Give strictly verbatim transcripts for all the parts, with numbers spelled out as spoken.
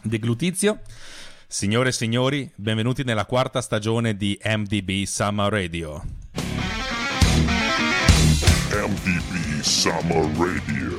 Deglutizio. Signore e signori, benvenuti nella quarta stagione di M D B Summer Radio. M D B Summer Radio.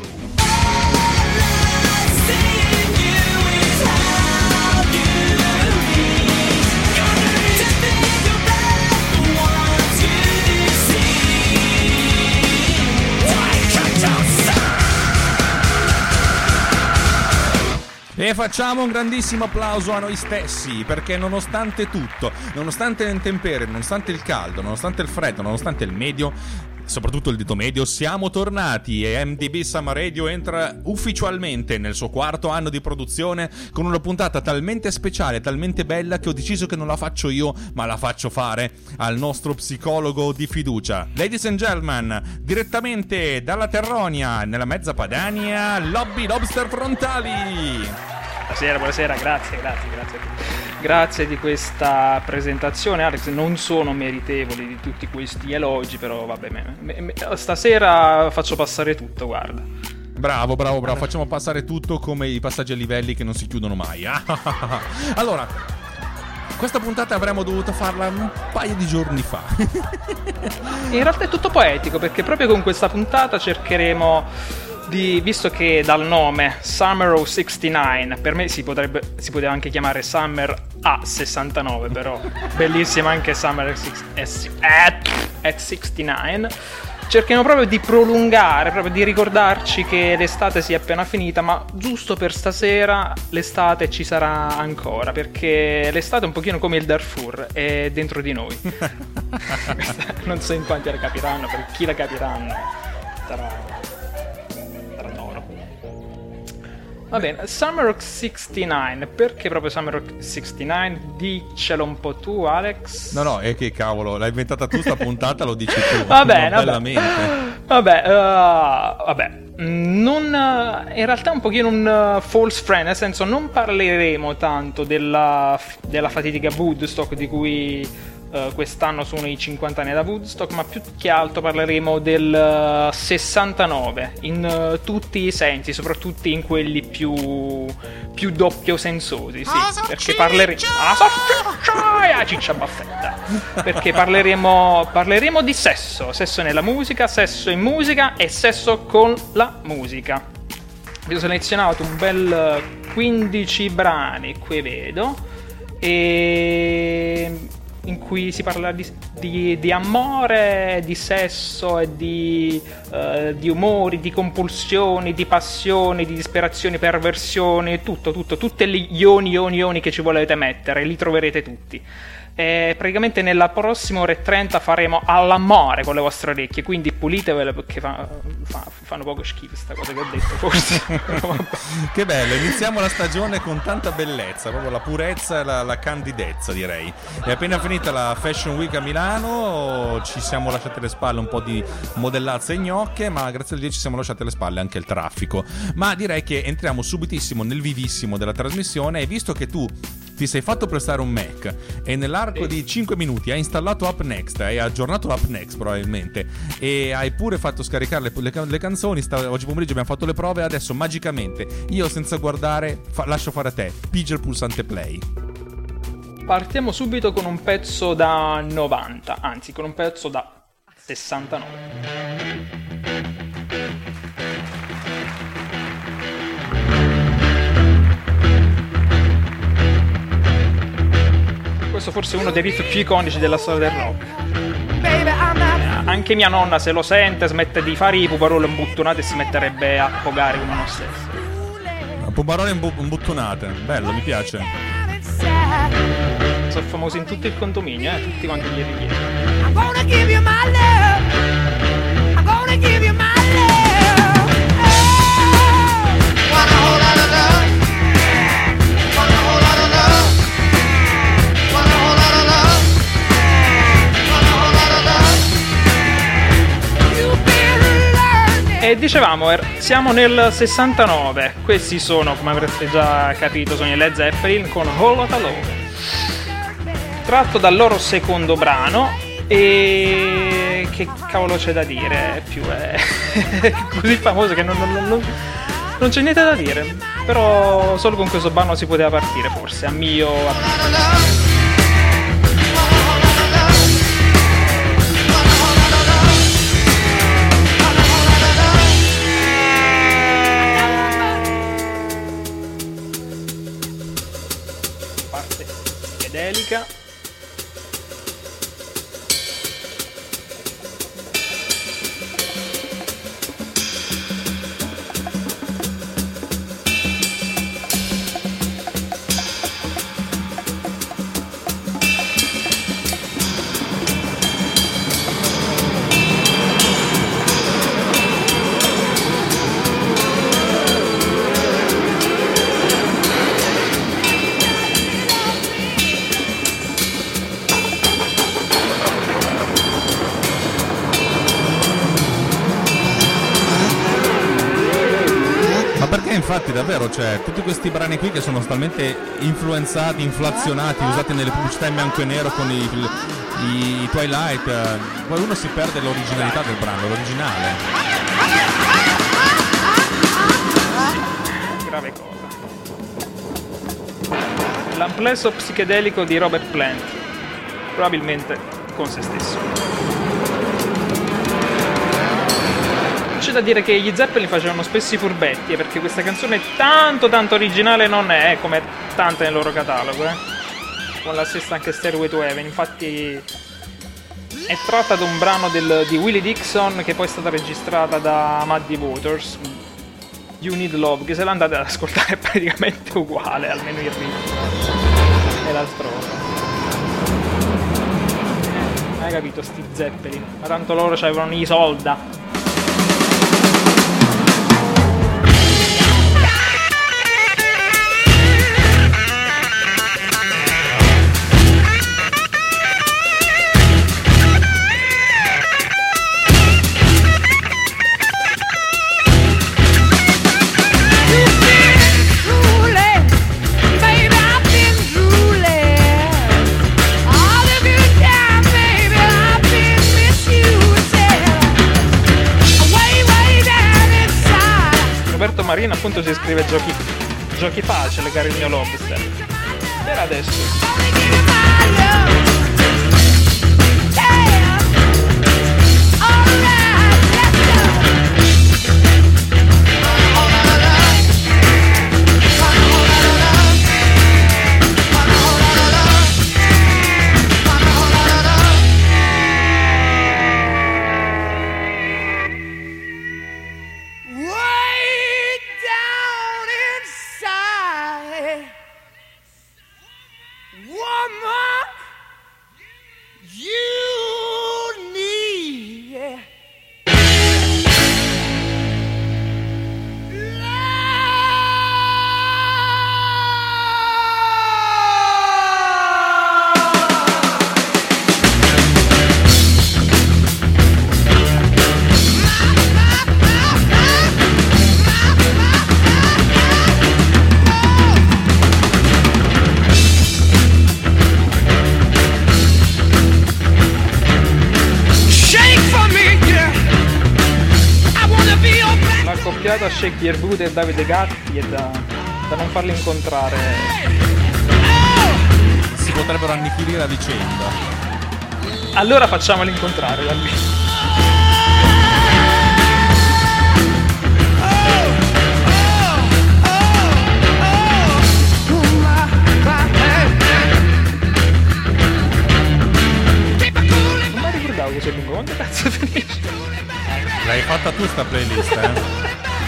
E facciamo un grandissimo applauso a noi stessi, perché nonostante tutto, nonostante le intemperie, nonostante il caldo, nonostante il freddo, nonostante il medio, soprattutto il dito medio, siamo tornati e M D B Summer Radio entra ufficialmente nel suo quarto anno di produzione con una puntata talmente speciale, talmente bella che ho deciso che non la faccio io, ma la faccio fare al nostro psicologo di fiducia. Ladies and gentlemen, direttamente dalla Terronia, nella mezza Padania, Lobby Lobster Frontali. Buonasera, buonasera, grazie, grazie, grazie a tutti. Grazie di questa presentazione, Alex. Non sono meritevoli di tutti questi elogi, però vabbè, me, me, me, stasera faccio passare tutto, guarda. Bravo, bravo, bravo, facciamo passare tutto come i passaggi a livelli che non si chiudono mai. Allora, questa puntata avremmo dovuto farla un paio di giorni fa. In realtà è tutto poetico, perché proprio con questa puntata cercheremo di, visto che dal nome Summer of sessantanove, per me si potrebbe si poteva anche chiamare Summer a sessantanove, però bellissima anche Summer at sessantanove. Cerchiamo proprio di prolungare, proprio di ricordarci che l'estate si è appena finita, ma giusto per stasera l'estate ci sarà ancora, perché l'estate è un pochino come il Darfur, è dentro di noi. Non so in quanti la capiranno, per chi la capiranno sarà Va bene, Summer of sessantanove, perché proprio Summer of sessantanove? Dicelo un po' tu, Alex. No, no, è che cavolo, l'hai inventata tu sta puntata, lo dici tu. Va bene, bellamente. Vabbè, uh, vabbè. Non, in realtà è un pochino un uh, false friend, nel senso non parleremo tanto della, della fatidica Woodstock di cui Uh, quest'anno sono i cinquanta anni da Woodstock, ma più che altro parleremo del uh, sessantanove in uh, tutti i sensi, soprattutto in quelli più più doppio sensosi, sì, ah, perché parleremo ah, ciccia baffetta perché parleremo parleremo di sesso, sesso nella musica, sesso in musica e sesso con la musica. Vi ho selezionato un bel quindici brani, qui vedo, e in cui si parla di, di, di amore, di sesso e di, uh, di umori, di compulsioni, di passioni, di disperazioni, perversioni, tutto, tutto, tutte gli ioni, ioni, ioni che ci volete mettere, li troverete tutti. E praticamente nella prossima ora e trenta faremo all'amore con le vostre orecchie, quindi pulitevele perché fa, fa, fanno poco schifo sta cosa che ho detto, forse. Che bello, iniziamo la stagione con tanta bellezza, proprio la purezza e la, la candidezza, direi. È appena finita la Fashion Week a Milano, ci siamo lasciati alle spalle un po' di modellazze e gnocche, ma grazie a Dio ci siamo lasciati alle spalle anche il traffico. Ma direi che entriamo subitissimo nel vivissimo della trasmissione, e visto che tu ti sei fatto prestare un Mac e nell'arco sì. di cinque minuti hai installato UpNext, hai aggiornato UpNext probabilmente, e hai pure fatto scaricare le, le, le canzoni, sta, oggi pomeriggio abbiamo fatto le prove, adesso magicamente io senza guardare fa, lascio fare a te, pigia il pulsante play. Partiamo subito con un pezzo da novanta, anzi con un pezzo da sessantanove. Questo forse è uno dei riff più iconici della storia del rock. Anche mia nonna, se lo sente, smette di fare i puparole imbuttonate e si metterebbe a pogare con uno stesso. Puparole imbuttonate, bello, mi piace. Sono famosi in tutto il condominio, eh, tutti quanti gli richiedi. I'm gonna give you my love. I'm gonna give you my love. Oh, want a whole lot of love. Want a whole lot of love. Want a whole lot of love. Want a whole lot of love. You've been learning. E dicevamo, er- siamo nel sessantanove. Questi sono, come avrete già capito, sono i Led Zeppelin con Whole Lotta Love, tratto dal loro secondo brano. E che cavolo c'è da dire? Più è così famoso che non, non, non, non c'è niente da dire. Però solo con questo brano si poteva partire, forse, a mio avviso. Parte psichedelica. Infatti davvero, cioè, tutti questi brani qui che sono talmente influenzati, inflazionati, usati nelle pubblicità in bianco e nero con i, i, i Twilight, eh, poi uno si perde l'originalità del brano, l'originale. Grave cosa. L'amplesso psichedelico di Robert Plant, probabilmente con se stesso. C'è da dire che gli Zeppelin facevano spesso i furbetti, eh, perché questa canzone tanto tanto originale non è, eh, come tante nel loro catalogo, eh. Con la stessa anche Stairway to Heaven. Infatti è tratta da un brano del, di Willie Dixon, che poi è stata registrata da Muddy Waters, You Need Love, che se l'andate ad ascoltare è praticamente uguale, almeno il ritmo e la strofa. Eh, hai capito, sti Zeppelin, ma tanto loro c'avevano i solda. Marina appunto si scrive giochi, giochi facile, caro il mio lobster. Per adesso. A Shake Your Booty e Davide Gatti è da, da non farli incontrare. Si potrebbero annichilire a vicenda. Allora facciamoli incontrare da lì. Non mi ricordavo così lungo, quanto cazzo finisce? L'hai fatta tu sta playlist, eh?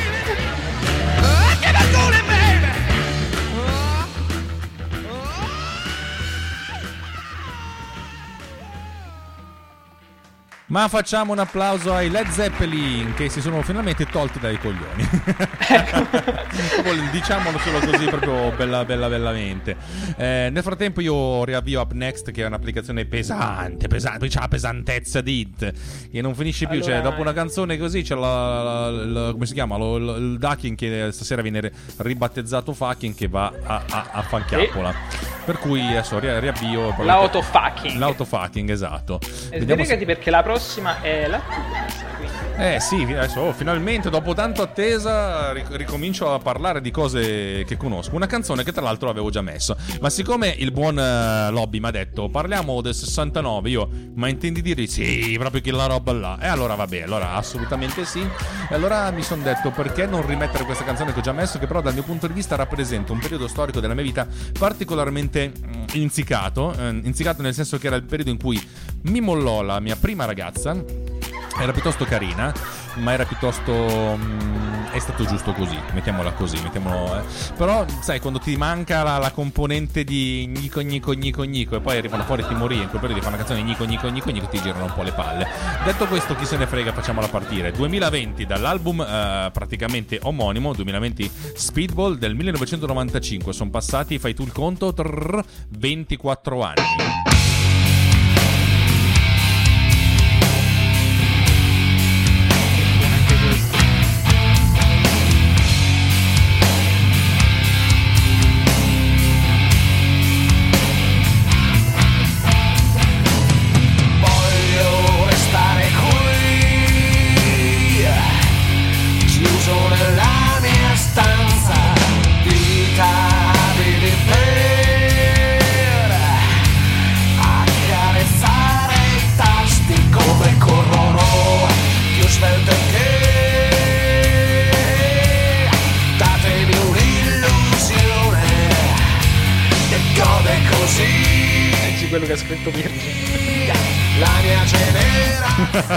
Ma facciamo un applauso ai Led Zeppelin che si sono finalmente tolti dai coglioni. Diciamolo solo così, proprio bella bella bellamente. Eh, nel frattempo io riavvio Up Next, che è un'applicazione pesante, pesante, poi c'ha la pesantezza di It che non finisce più. Allora, cioè dopo una canzone così c'è la, la, la come si chiama? Lo, lo, il ducking, che stasera viene ribattezzato fucking, che va a, a, a fanchiappola. E? Per cui adesso ri- riavvio l'autofucking. L'autofucking, esatto. E sbrigati se... perché la prossima è la tua, quindi. Eh sì, adesso oh, finalmente dopo tanto attesa ric- ricomincio a parlare di cose che conosco. Una canzone che tra l'altro avevo già messo, ma siccome il buon uh, Lobby mi ha detto parliamo del sessantanove, io ma intendi dire sì, proprio quella roba là, e allora vabbè, allora assolutamente sì. E allora mi sono detto perché non rimettere questa canzone che ho già messo, che però dal mio punto di vista rappresenta un periodo storico della mia vita particolarmente mh, inzicato, eh, inzicato nel senso che era il periodo in cui mi mollò la mia prima ragazza. Era piuttosto carina, ma era piuttosto mh, è stato giusto così, mettiamola così, mettiamolo, eh. Però sai, quando ti manca la, la componente di gnico gnico gnico gnico e poi arrivano fuori timorie, in quel periodo di fare una canzone gnico gnico gnico gnico ti girano un po' le palle. Detto questo, chi se ne frega, facciamola partire. duemilaventi, dall'album eh, praticamente omonimo, duemilaventi Speedball del millenovecentonovantacinque. Sono passati, fai tu il conto, trrr, ventiquattro anni. Quello che ha scritto Virgin. La mia cenera.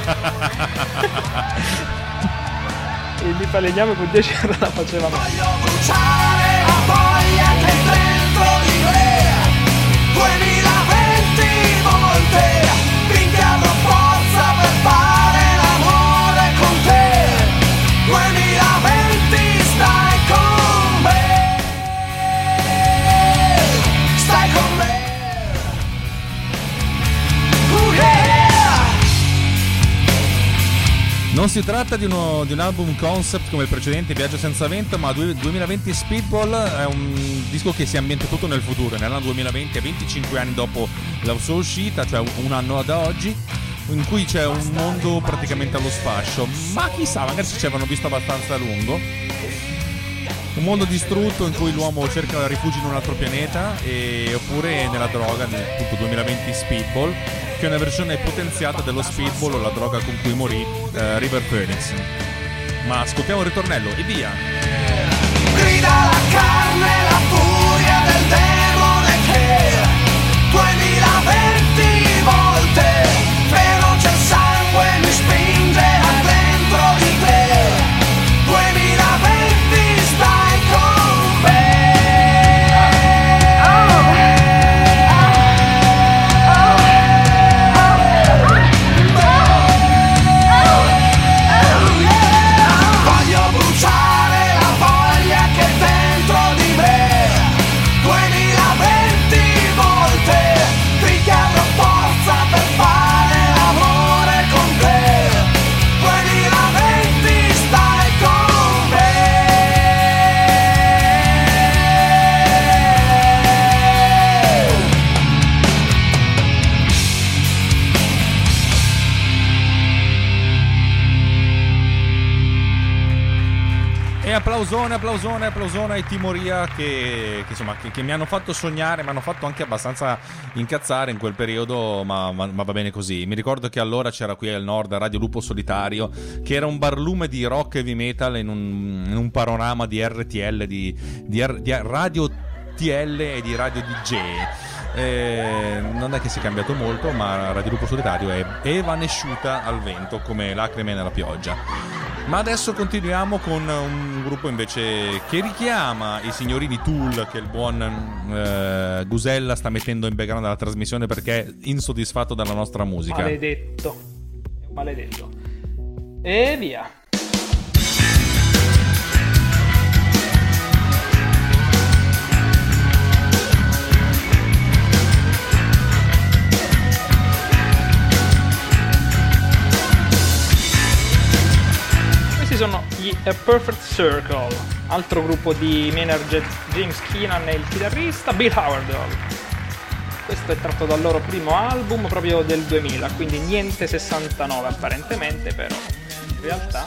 E mi falegname con dieci euro la faceva male. Voglio bruciare la voglia che è dentro di me. duemilaventi volte picchiando forza per fare l'amore con te. duemilaventi stai con me. Stai con me. Non si tratta di, uno, di un album concept come il precedente Viaggio senza vento, ma duemilaventi Speedball è un disco che si ambienta tutto nel futuro, nell'anno duemilaventi, venticinque anni dopo la sua uscita, cioè un anno da oggi, in cui c'è un mondo praticamente allo sfascio, ma chissà, magari ci avevano visto abbastanza a lungo. Un mondo distrutto in cui l'uomo cerca rifugio in un altro pianeta, e, oppure nella droga, nel appunto duemilaventi Speedball, che è una versione potenziata dello Speedball, o la droga con cui morì eh, River Phoenix. Ma ascoltiamo il ritornello e via! Grida la carne, la furia del demone che duemilaventi volte feroce sangue mi spinge da dentro di te. duemilaventi stai con me. Voglio bruciare la voglia che è dentro di me. duemilaventi volte picchiando forza per fare l'amore con te. duemilaventi stai con me. E applausone, applausone, applausone ai Timoria che, che insomma che, che mi hanno fatto sognare, mi hanno fatto anche abbastanza incazzare in quel periodo, ma, ma, ma va bene così. Mi ricordo che allora c'era qui al nord Radio Lupo Solitario, che era un barlume di rock heavy metal in un, in un panorama di R T L, di, di, R, di radio T L e di radio D J. Eh, non è che sia cambiato molto, ma Radio Lupo Solitario è evanesciuta al vento come lacrime nella pioggia. Ma adesso continuiamo con un gruppo invece che richiama i signorini Tool, che il buon eh, Gusella sta mettendo in background della trasmissione perché è insoddisfatto dalla nostra musica. Maledetto. Maledetto. E via. Sono gli A Perfect Circle, altro gruppo di Maynard James Keenan e il chitarrista Bill Howard. Questo è tratto dal loro primo album proprio del duemila, quindi niente sessantanove apparentemente, però in realtà.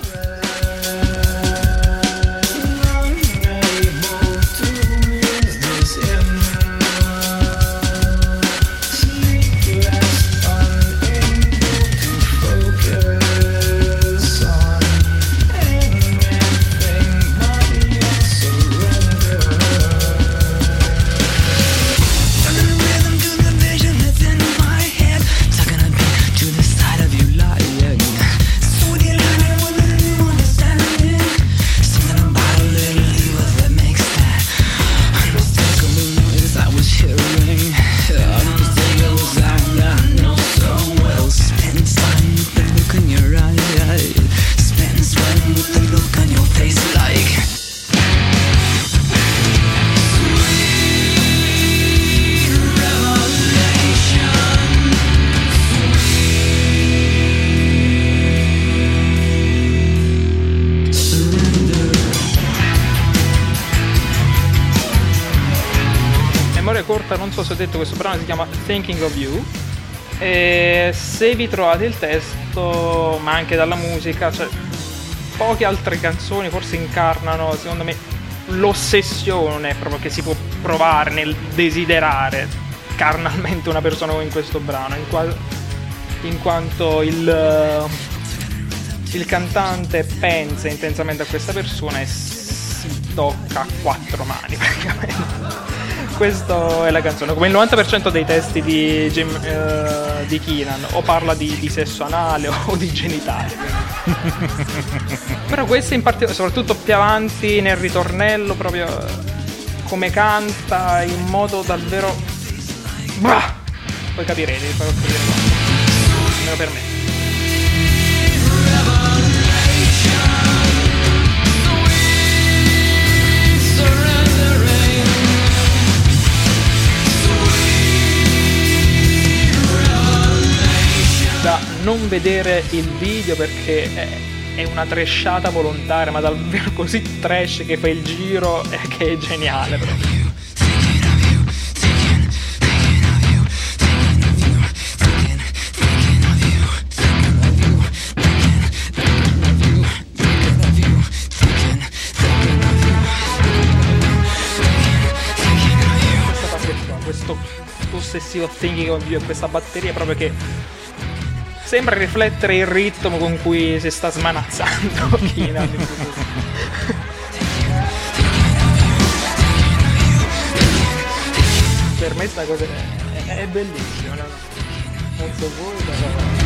Corta, non so se ho detto, questo brano si chiama Thinking of You, e se vi trovate il testo ma anche dalla musica, cioè poche altre canzoni forse incarnano secondo me l'ossessione proprio che si può provare nel desiderare carnalmente una persona come in questo brano, in, qua- in quanto il, il cantante pensa intensamente a questa persona e si tocca a quattro mani praticamente. Questa è la canzone, come il novanta per cento dei testi di, Jim, uh, di Keenan o parla di, di sesso anale o di genitali. Però questa in particolare, soprattutto più avanti nel ritornello, proprio come canta in modo davvero... Bah! Poi capirete, poi capirete. Almeno per me. Da non vedere il video perché è, è una trashata volontaria, ma davvero così trash che fa il giro e che è geniale proprio. Questa parte qua, questo ossessivo thinking of you e questa batteria proprio che sembra riflettere il ritmo con cui si sta smanazzando Keenan. Per me sta cosa è, è bellissima, no? Non so voi, però...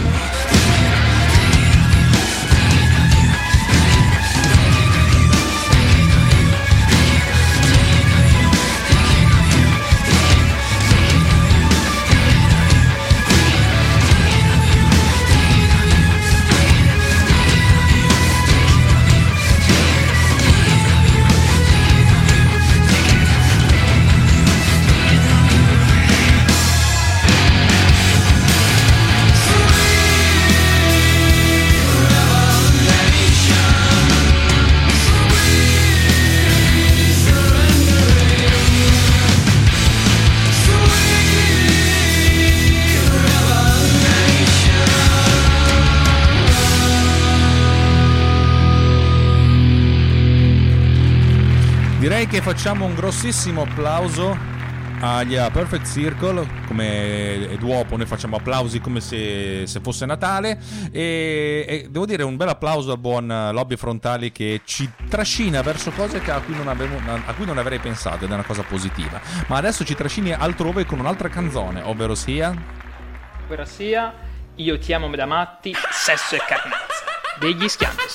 Direi che facciamo un grossissimo applauso agli uh, Perfect Circle, come dopo noi facciamo applausi come se, se fosse Natale, e, e devo dire un bel applauso al buon uh, Lobby Frontali che ci trascina verso cose che a, cui non avevo, a cui non avrei pensato, ed è una cosa positiva, ma adesso ci trascini altrove con un'altra canzone, ovvero sia ovvero sia Io ti amo da matti, sesso e carnazza degli Schiantos.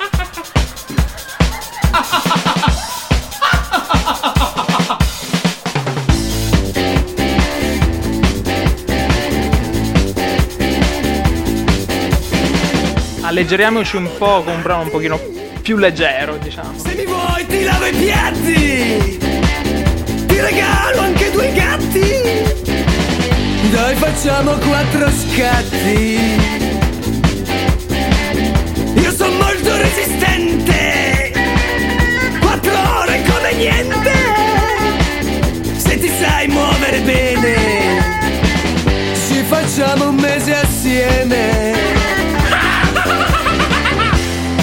Alleggeriamoci un po' con un brano un pochino più leggero, diciamo. Se mi vuoi ti lavo i piatti, ti regalo anche due gatti, dai facciamo quattro scatti. Io sono molto resistente, quattro ore come niente, se ti sai muovere bene, ci facciamo un mese assieme.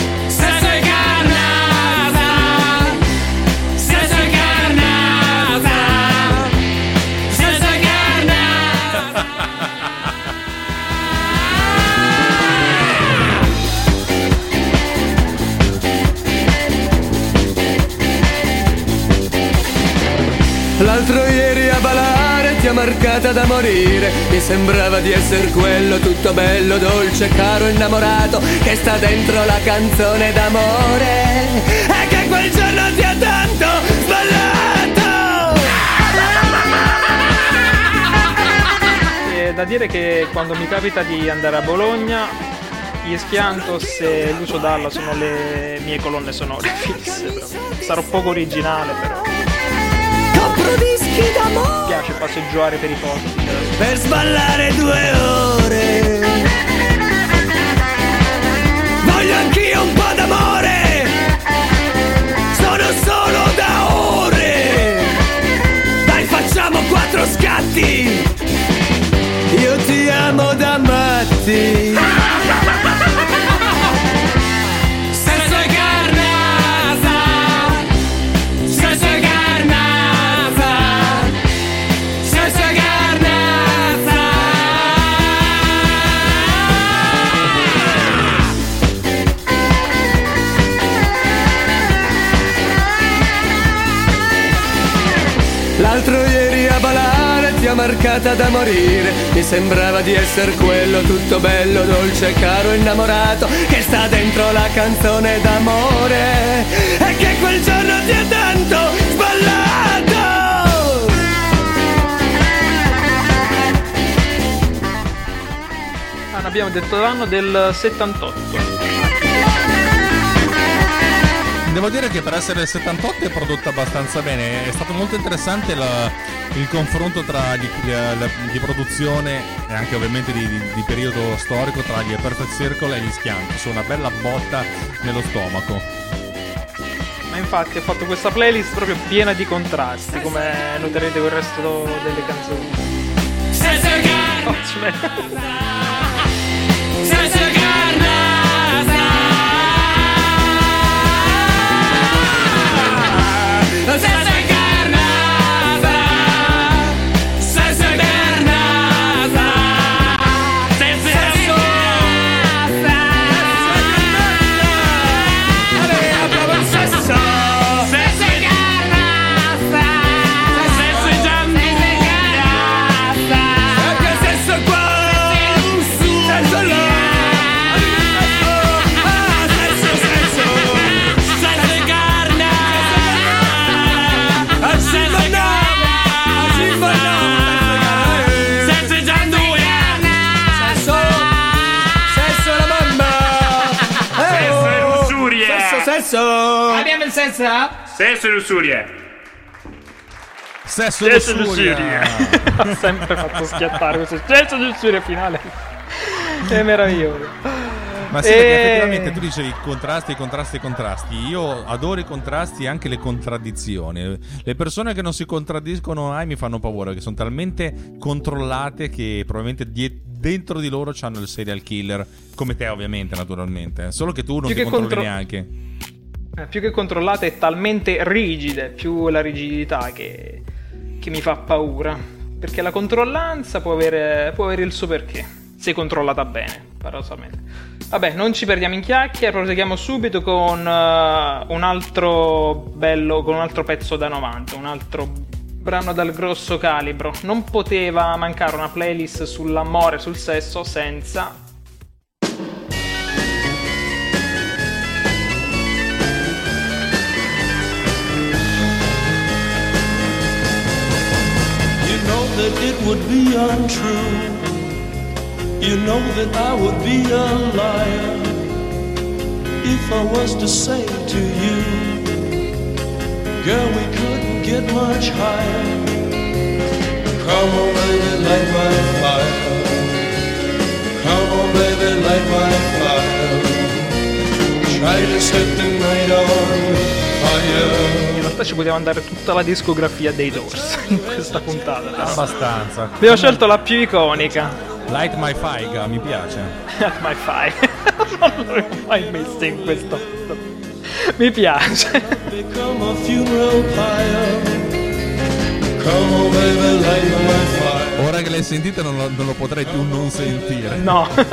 L'altro ieri a ballare ti ha marcata da morire. Mi sembrava di essere quello tutto bello, dolce, caro, innamorato, che sta dentro la canzone d'amore e che quel giorno ti ha tanto sballato. È da dire che quando mi capita di andare a Bologna, gli Schiantos e Lucio Dalla sono le mie colonne sonore fisse. Però. Sarò poco originale, però. Compro dischi d'amore. Mi piace passeggiare per i porti. Per sballare due ore. Voglio anch'io un po' d'amore. Sono solo da ore. Dai, facciamo quattro scatti. Io ti amo da matti. Sesso e carnasa. Sesso e carnasa. Sesso e carnasa. L'altro ieri a ballare ti ha marcata da morire. Mi sembrava di essere quello tutto bello, dolce, caro, innamorato, che sta dentro la canzone d'amore e che quel giorno ti ha tanto sballato. Ah, ne abbiamo detto l'anno del settantotto. Devo dire che per essere del settantotto è prodotta abbastanza bene. È stato molto interessante la, il confronto tra di, di, di produzione e anche ovviamente di, di, di periodo storico tra gli Perfect Circle e gli Schiantos. Una bella botta nello stomaco. Ma infatti ho fatto questa playlist proprio piena di contrasti, come noterete con il resto delle canzoni. Oh, Abbiamo il sesso? Sesso e lussuria. Sesso e lussuria. Ha sempre fatto schiattare questo sesso e lussuria finale. È meraviglioso. Ma sì, E- perché effettivamente tu dicevi contrasti, contrasti, contrasti. Io adoro i contrasti e anche le contraddizioni. Le persone che non si contraddiscono mai mi fanno paura, perché sono talmente controllate che probabilmente die- dentro di loro c'hanno il serial killer, come te ovviamente, naturalmente. Solo che tu non Più ti che controlli contro- neanche. Eh, più che controllate è talmente rigide, più la rigidità che, che mi fa paura. Perché la controllanza può avere, può avere il suo perché, se controllata bene, paradossalmente. Vabbè, non ci perdiamo in chiacchiere, proseguiamo subito con uh, un altro bello, con un altro pezzo da novanta, un altro brano dal grosso calibro. Non poteva mancare una playlist sull'amore, sul sesso, senza... You know that it would be untrue. You know that I would be a liar if I was to say to you, girl, we couldn't get much higher. Come on, baby, light my fire. Come on, baby, light my fire. Try to set the night on fire. In realtà ci poteva andare tutta la discografia dei Doors in questa puntata. però. Abbastanza. Abbiamo scelto la più iconica. Light My Fire, mi piace. My Fire. Non l'avevo mai messa in questo. Mi piace. Become a funeral pyre. Come on, baby, light my fire. Ora che l'hai sentita non lo, non lo potrei più non sentire. No. Try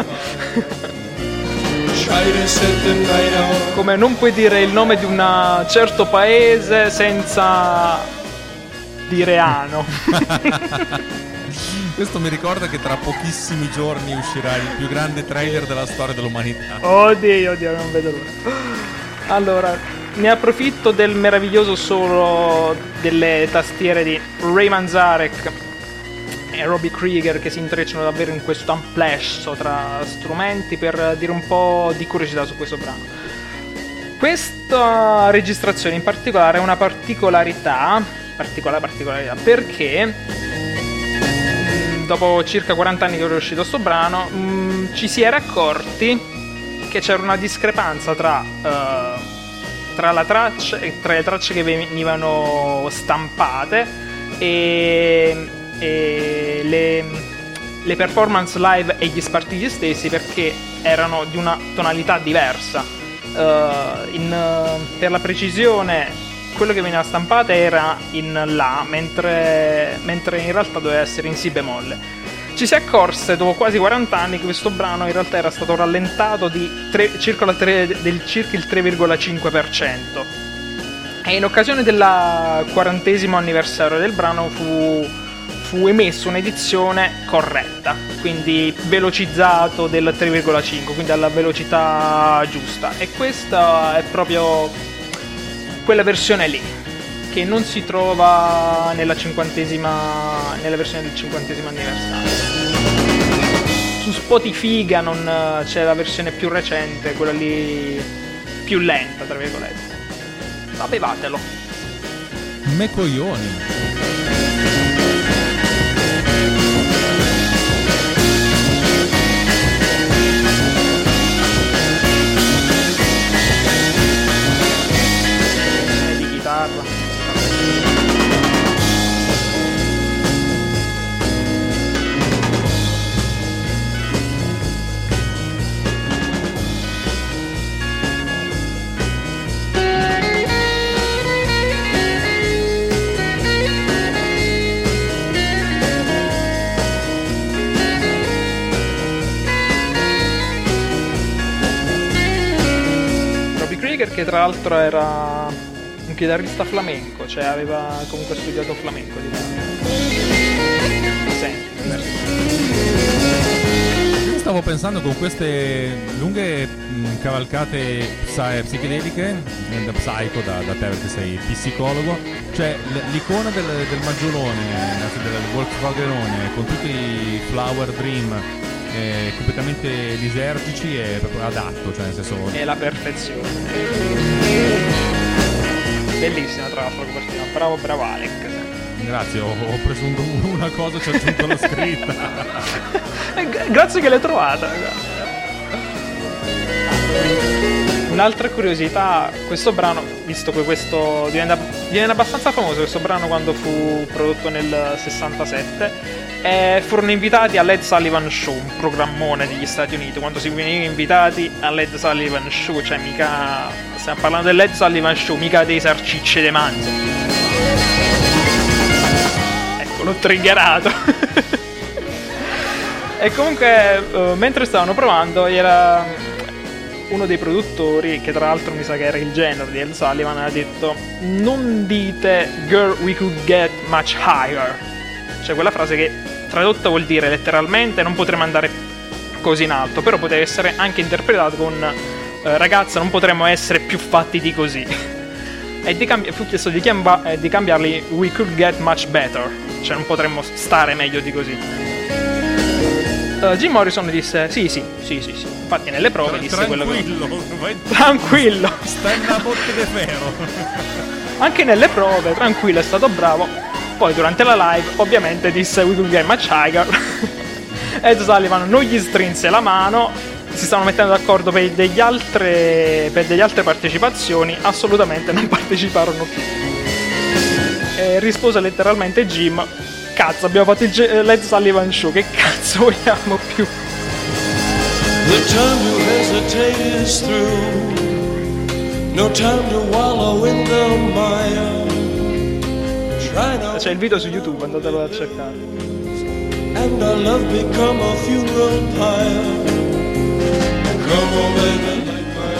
to set the night on. Come non puoi dire il nome di un certo paese senza dire ano. Questo mi ricorda che tra pochissimi giorni uscirà il più grande trailer della storia dell'umanità. Oddio, oddio, non vedo l'ora. Allora, ne approfitto del meraviglioso solo delle tastiere di Ray Manzarek e Robbie Krieger che si intrecciano davvero in questo amplesso tra strumenti per dire un po' di curiosità su questo brano. Questa registrazione in particolare è una particolarità, particolare particolarità, perché dopo circa quaranta anni che era uscito sto brano, mh, ci si era accorti che c'era una discrepanza tra, uh, tra la traccia e tra le tracce che venivano stampate e, e le, le performance live e gli spartiti stessi, perché erano di una tonalità diversa. Uh, in, uh, per la precisione, quello che veniva stampato era in La, mentre, mentre in realtà doveva essere in Si bemolle. Ci si accorse dopo quasi quaranta anni che questo brano in realtà era stato rallentato di tre, circa, la tre, del circa il tre virgola cinque per cento. E in occasione del quarantesimo anniversario del brano fu, fu emessa un'edizione corretta, quindi velocizzato del tre virgola cinque, quindi alla velocità giusta. E questa è proprio quella versione lì, che non si trova nella cinquantesima nella versione del cinquantesimo anniversario. Su Spotify non c'è la versione più recente, quella lì più lenta, tra virgolette. Sapevatelo. Me coglioni. Di chitarra. Che tra l'altro era un chitarrista flamenco, cioè aveva comunque studiato flamenco, senti, Io stavo pensando, con queste lunghe mh, cavalcate psi- psichedeliche eh, da psycho, da, da te perché sei psicologo, cioè l- l'icona del, del maggiolone, anzi del Volkswagenone, con tutti i Flower Dream eh, completamente disertici, è proprio adatto, cioè nel senso è la perfezione. Bellissima tra l'altro la copertina, bravo bravo Alex. grazie, ho, ho preso un, una cosa e ci ho aggiunto la scritta. Grazie che l'hai trovata. Un'altra curiosità, questo brano, visto che questo diventa, diventa abbastanza famoso questo brano quando fu prodotto nel sessantasette, eh, furono invitati al Ed Sullivan Show, un programmone degli Stati Uniti. Quando si venivano invitati all'Ed Sullivan Show, cioè mica stiamo parlando dell'Ed Sullivan Show, mica dei Sarcicce de Manzo. Ecco, l'ho triggerato. E comunque uh, mentre stavano provando era uno dei produttori, che tra l'altro mi sa che era il genero di Ed Sullivan, ha detto: non dite girl we could get much higher, cioè quella frase che tradotta vuol dire letteralmente non potremmo andare così in alto, però poteva essere anche interpretato con eh, ragazza non potremmo essere più fatti di così. E di cambi- fu chiesto di, chiamba- eh, di cambiarli we could get much better, cioè non potremmo stare meglio di così. Uh, Jim Morrison disse sì sì sì sì sì, infatti nelle prove Tra- disse quello che vai- tranquillo, stai in una botte di ferro. anche nelle prove tranquillo, è stato bravo. Poi durante la live ovviamente disse we could get much higher. Ed Sullivan non gli strinse la mano, si stavano mettendo d'accordo per degli altre per delle altre partecipazioni, assolutamente non parteciparono più. E rispose letteralmente Jim: cazzo, abbiamo fatto il G- Led Sullivan Show, che cazzo vogliamo più? The time to hesitate is through. No time to wallow in the mire. Try now. C'è il video su YouTube, andatelo a cercare. And our love become a funeral pyre. Come on baby, light my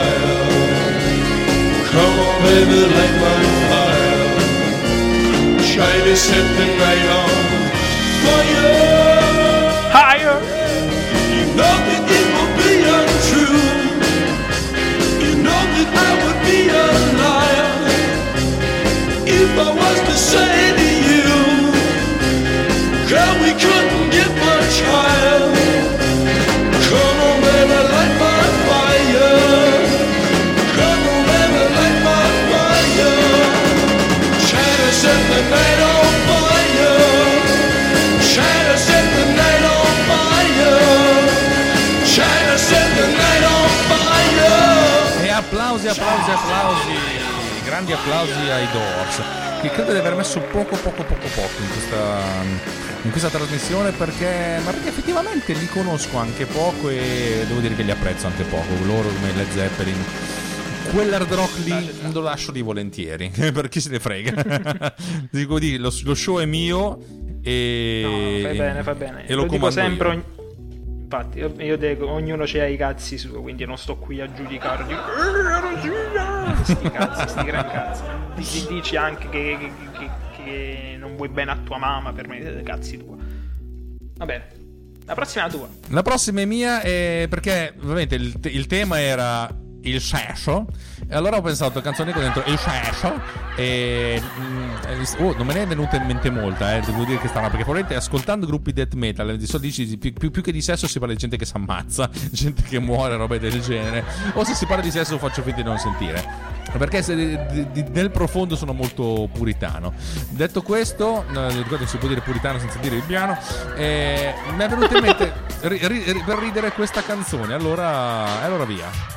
fire. Come on baby, light my fire. Try to set the night on fire. Higher. You know that it will be untrue. You know that I would be a liar if I was to say to you, girl, we couldn't get much higher. Come on, baby, light my fire. Come on, baby, light my fire. Try to set the night on fire. Try to set the night on fire. Try to set the night on fire. E applausi, applausi, applausi. Grandi applausi ai Doors, che credo di aver messo poco poco poco poco in questa, in questa trasmissione, perché, ma perché effettivamente li conosco anche poco e devo dire che li apprezzo anche poco, loro come Led Zeppelin. Quell'hard rock lì lo lascio di volentieri, per chi se ne frega. Dico di, lo, lo show è mio e No, fai bene, fai bene. E lo, lo dico comando sempre io. ogni- Infatti, io, io dico, ognuno c'ha i cazzi suoi, quindi non sto qui a giudicare. Dico, "Eh, sti cazzi, sti gran cazzi. Ti dici anche che, che, che, che non vuoi bene a tua mamma, per me, cazzi tua. Va bene. La prossima è la tua. La prossima è mia, eh, perché ovviamente il, il tema era il sesso, e allora ho pensato canzoni con dentro il sesso e mm, oh, non me ne è venuta in mente molta, eh, devo dire che stava, perché probabilmente ascoltando gruppi death metal di solito dici più, più, più che di sesso si parla di gente che si ammazza, gente che muore, robe del genere, o se si parla di sesso faccio finta di non sentire, perché se, di, di, nel profondo sono molto puritano. Detto questo, eh, ricordo che si può dire puritano senza dire il piano, eh, mi è venuto in mente ri, ri, ri, per ridere questa canzone, allora, allora via.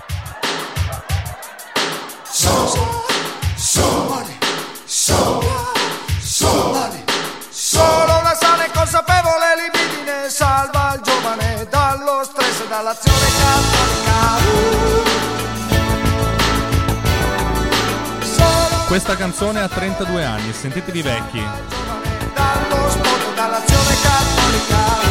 So, somebody, so, somebody. Solo una sana e consapevole libidine salva il giovane dallo stress e dall'azione cattolica. Questa canzone ha trentadue anni, sentitevi vecchi. Dallo sport e dall'azione cattolica.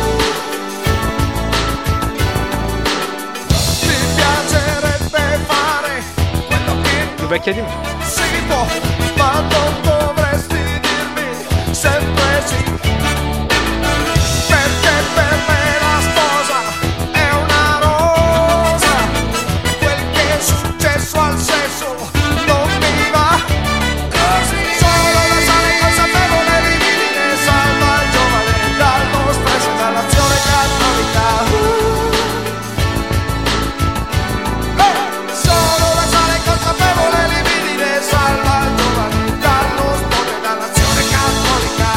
Mi piacerebbe fare quello che Più vecchia di me. si può, ma non dovresti dirmi sempre sì, perché per me la sposa è una rosa, e quel che è successo al sesso non mi va così. Solo la sana e consapevole libidine salva il giovane dallo stress e dall'azione cattolica. Solo la sana e consapevole libidine salva il giovane dallo sport e dall'azione cattolica.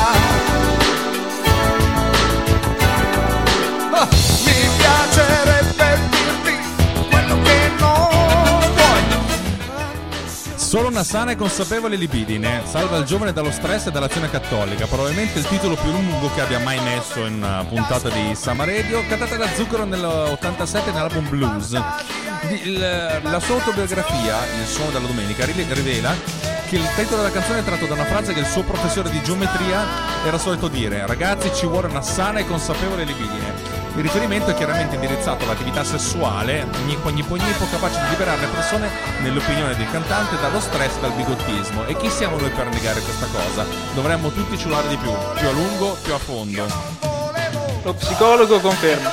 Ah, mi piacerebbe dirti quello che non vuoi. Solo una sana e consapevole libidine salva il giovane dallo stress e dall'azione cattolica. Probabilmente il titolo più lungo che abbia mai messo in una puntata di Summer Radio, cantata da Zucchero nell'ottantasette nell'album Blues. Di- il- la sua autobiografia, Il suono della domenica, rile- rivela che il titolo della canzone è tratto da una frase che il suo professore di geometria era solito dire: ragazzi, ci vuole una sana e consapevole libidine. Il riferimento è chiaramente indirizzato all'attività sessuale ogni ogni ogni capace di liberare le persone, nell'opinione del cantante, dallo stress e dal bigottismo. E chi siamo noi per negare questa cosa? Dovremmo tutti ciulare di più, più a lungo, più a fondo. Lo psicologo conferma.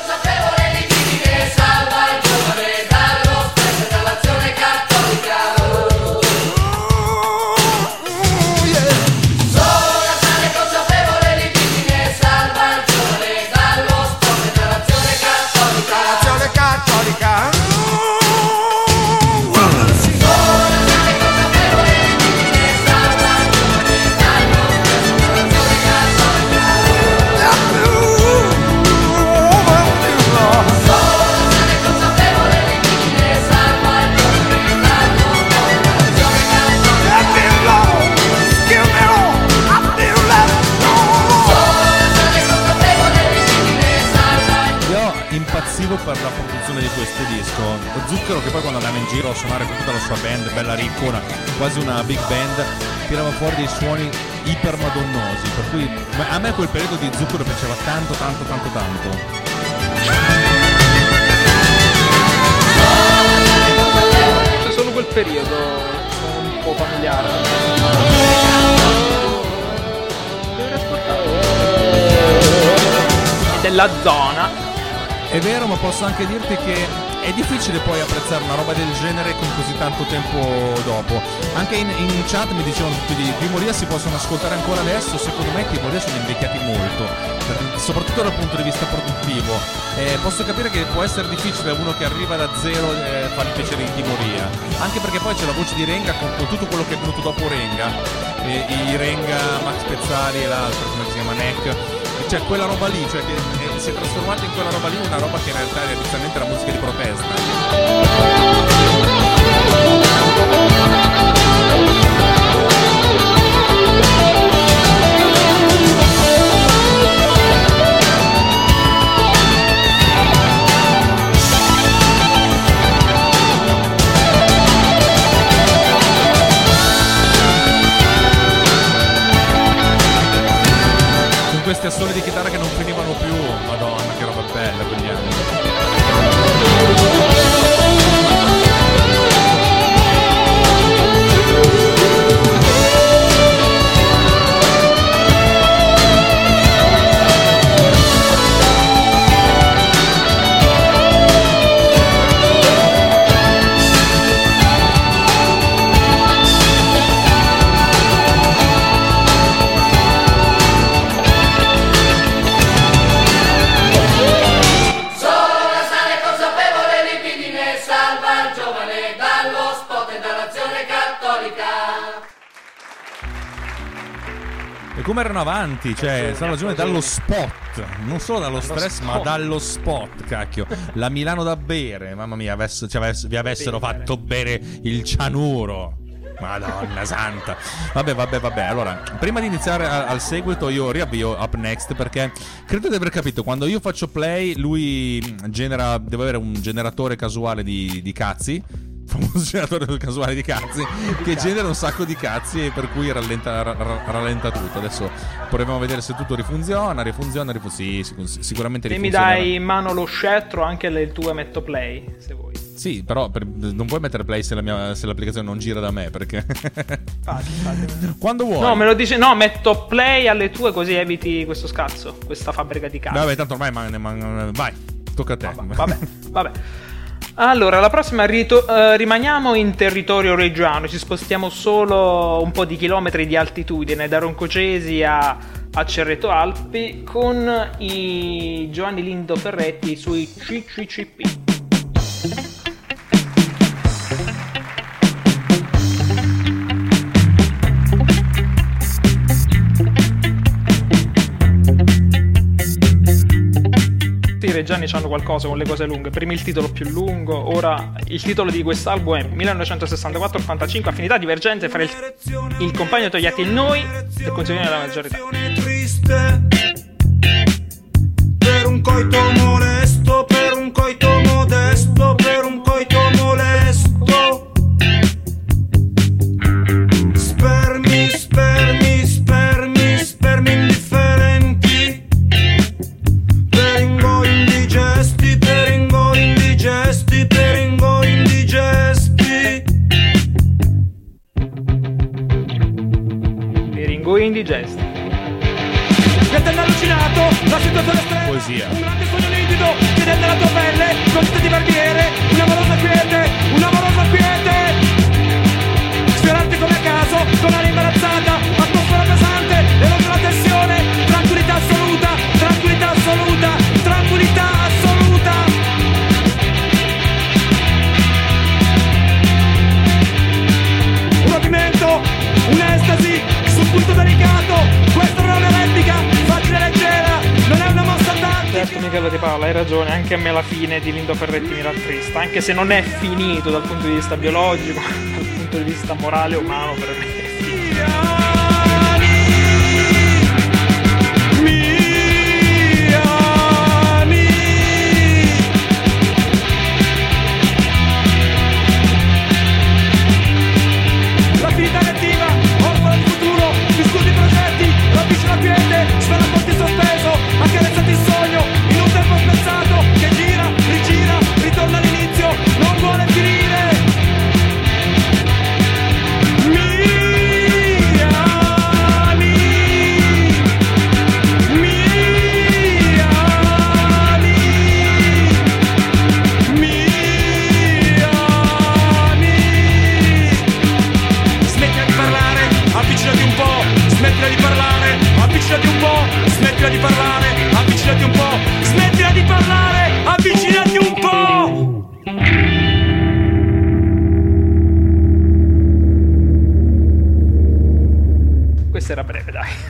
Dall'azione cattolica. Io impazzivo per la produzione di questo disco. Zucchero, che poi quando andava in giro a suonare con tutta la sua band bella riccona, quasi una big band, tirava fuori dei suoni iper madonnosi, per cui ma a me quel periodo di Zucchero piaceva tanto tanto tanto tanto. C'è solo quel periodo, sono un po' familiare. la zona. È vero, ma posso anche dirti che è difficile poi apprezzare una roba del genere con così tanto tempo dopo. Anche in, in chat mi dicevano tutti di Timoria si possono ascoltare ancora adesso. Secondo me Timoria sono invecchiati molto, per, soprattutto dal punto di vista produttivo. Eh, posso capire che può essere difficile uno che arriva da zero eh, fargli piacere in Timoria, anche perché poi c'è la voce di Renga con, con tutto quello che è venuto dopo Renga, eh, i Renga, Max Pezzali e l'altro, come si chiama, Neck. Cioè quella roba lì, cioè che eh, si è trasformata in quella roba lì, una roba che in realtà è inizialmente la musica di protesta. Questi assoli di chitarra che non finivano più, madonna che roba bella quegli anni. E come erano avanti, cioè, stanno ragione dallo spot, non solo dallo stress, ma dallo spot, cacchio. La Milano da bere, mamma mia, avess- cioè, avess- vi avessero fatto bere il cianuro. Madonna santa. Vabbè, vabbè, vabbè. Allora, prima di iniziare a- al seguito, io riavvio Up Next perché credo di aver capito. Quando io faccio play, lui genera, deve avere un generatore casuale di, di cazzi. Famoso generatore casuale di cazzi che genera un sacco di cazzi e per cui rallenta, ra- rallenta tutto. Adesso proviamo a vedere se tutto rifunziona. Rifunziona, rifunziona. Sì, sic- sicuramente Se rifunziona. mi dai in mano lo scettro, anche le tue metto play, se vuoi. Sì, però per, non puoi mettere play se, la mia, se l'applicazione non gira da me, perché Fatti, fatti. quando vuoi. No, me lo dice. No, metto play alle tue così eviti questo scazzo, questa fabbrica di cazzo. Vabbè, tanto ormai man- man- vai, tocca a te. Vabbè, vabbè, vabbè. Allora, la prossima rito- eh, rimaniamo in territorio reggiano, ci spostiamo solo un po' di chilometri di altitudine, da Roncocesi a, a Cerreto Alpi, con i Giovanni Lindo Ferretti sui C C C P. I reggiani hanno qualcosa con le cose lunghe. Prima il titolo più lungo, ora il titolo di quest'album è millenovecentosessantaquattro ottantacinque, affinità divergente fra il, il compagno Togliatti e noi e il consigliere della maggiorità. Triste per un coito molesto, per un coito modesto, per un coito molesto. Spermi, spermi, spermi, spermi indifferenti, per ingoli indigesti, per ingoli indigesti, per ingoli indigesti. Per ingoi indigesti. Vedendo allucinato, la situazione estrema. Poesia. Un grande sogno nitido, chiedendo la tua pelle, vestite di barbiere, un'amorosa quiete, un'amorosa quiete. Sfiorarti come a caso, con l'aria imbarazzata, atmosfera pesante, e la tensione, tranquillità assoluta, tranquillità assoluta, tranquillità assoluta. Un movimento, un'estasi, sul punto delicato, questa non è una replica, facile e leggera, non è una mossa tattica. Certo, Michele Di Paola, hai ragione, anche a me la fine di Lindo Ferretti mi rattrista, anche se non è finito dal punto di vista biologico, dal punto di vista morale umano per me è finito. La vita cattiva, orfana di futuro, discuti i progetti, rapisci la quiete, svela porti sospeso, accarezzati il sogno, in un tempo spezzato, che gira, rigira, ritorna all'inizio, non vuole finire. Mia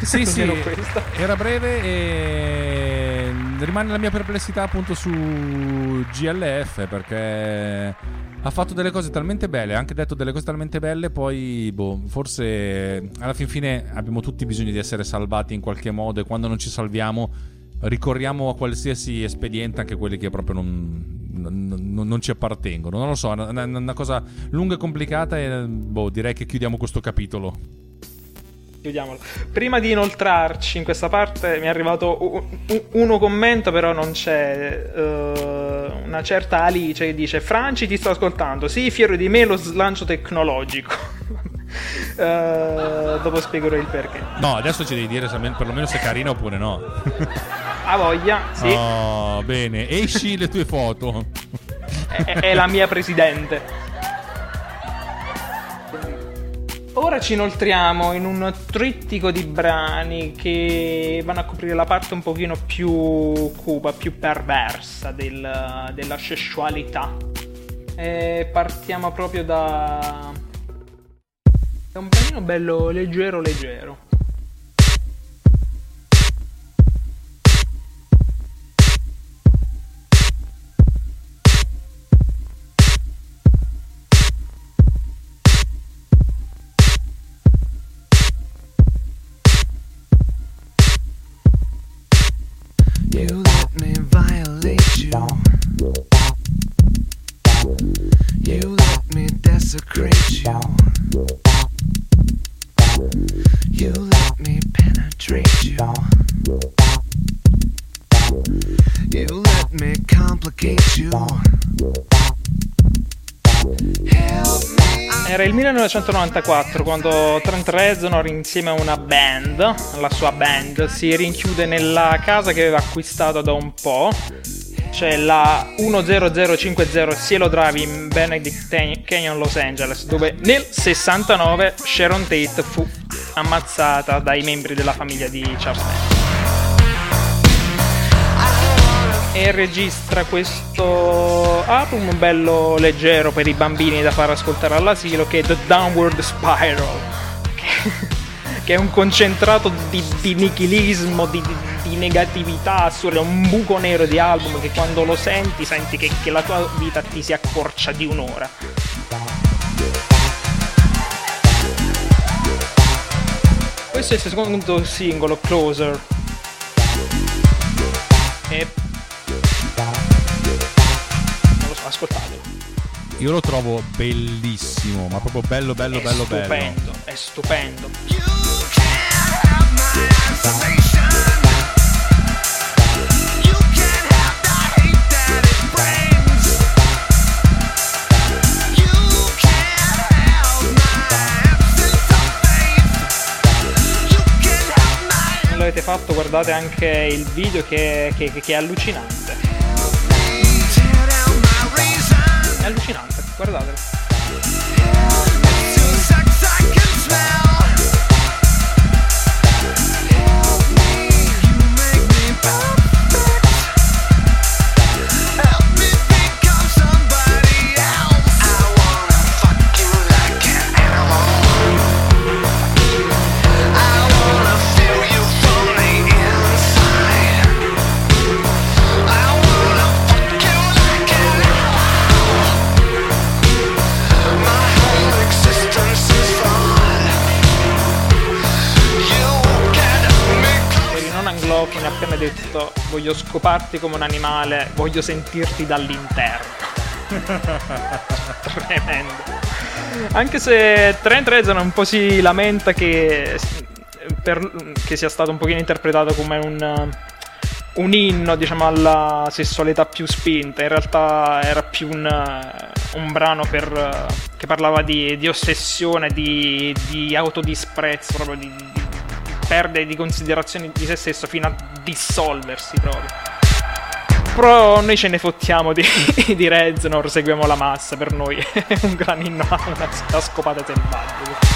Sì, sì, almeno questa. era breve e rimane la mia perplessità appunto su G L F, perché ha fatto delle cose talmente belle, ha anche detto delle cose talmente belle, poi boh, forse alla fin fine abbiamo tutti bisogno di essere salvati in qualche modo, e quando non ci salviamo ricorriamo a qualsiasi espediente, anche quelli che proprio non, non, non ci appartengono. Non lo so, è una, una cosa lunga e complicata, e boh, direi che chiudiamo questo capitolo. Chiudiamolo. Prima di inoltrarci in questa parte mi è arrivato u- u- uno commento, però non c'è. Uh, una certa Alice che dice: Franci, ti sto ascoltando. Sì, fiero di me lo slancio tecnologico. uh, dopo spiegherò il perché. No, adesso ci devi dire se almeno- perlomeno se è carina oppure no. Ha voglia, sì. Oh, bene, esci le tue foto. È, è la mia presidente. Ora ci inoltriamo in un trittico di brani che vanno a coprire la parte un pochino più cupa, più perversa del, della sessualità. E partiamo proprio da, da un branino bello leggero leggero. You let me violate you. You let me desecrate you. You let me penetrate you. You let me complicate you. Help me. Era il millenovecentonovantaquattro quando Trent Reznor, insieme a una band, la sua band, si rinchiude nella casa che aveva acquistato da un po', cioè la uno zero zero cinque zero Cielo Drive in Benedict Canyon, Los Angeles, dove nel sessantanove Sharon Tate fu ammazzata dai membri della famiglia di Charles Manson. E registra questo album bello leggero per i bambini da far ascoltare all'asilo, che è The Downward Spiral, che, che è un concentrato di, di nichilismo, di, di, di negatività assurda, un buco nero di album che quando lo senti senti che, che la tua vita ti si accorcia di un'ora. Questo è il secondo singolo, Closer, e non lo so, ascoltatelo. Io lo trovo bellissimo, ma proprio bello, bello, È bello, stupendo, bello. è stupendo. You can't have my isolation. You can't have the hate that it brings. You can't have my absence of faith. You can't have my. Se non l'avete fatto, guardate anche il video che, che, che è allucinante. Tear down my reason. È allucinante, guardatelo. To sex I can smell. Help me, you make me perfect. Help me become somebody else. I wanna fuck you like an animal. I wanna feel you from the inside. I wanna fuck you like an animal. My whole existence is flawed. You get me. Per i non anglofoni ha appena detto: voglio scoparti come un animale, voglio sentirti dall'interno. Tremendo. Anche se Trent Reznor un po' si lamenta che, per, che sia stato un pochino interpretato come un, un inno, diciamo, alla sessualità più spinta, in realtà era più un, un brano per, che parlava di, di ossessione, di, di autodisprezzo, proprio di, di, di perdere di considerazione di se stesso fino a dissolversi proprio. Però noi ce ne fottiamo di, di Reznor, seguiamo la massa, per noi è un gran inno a una, una scopata selvaggia.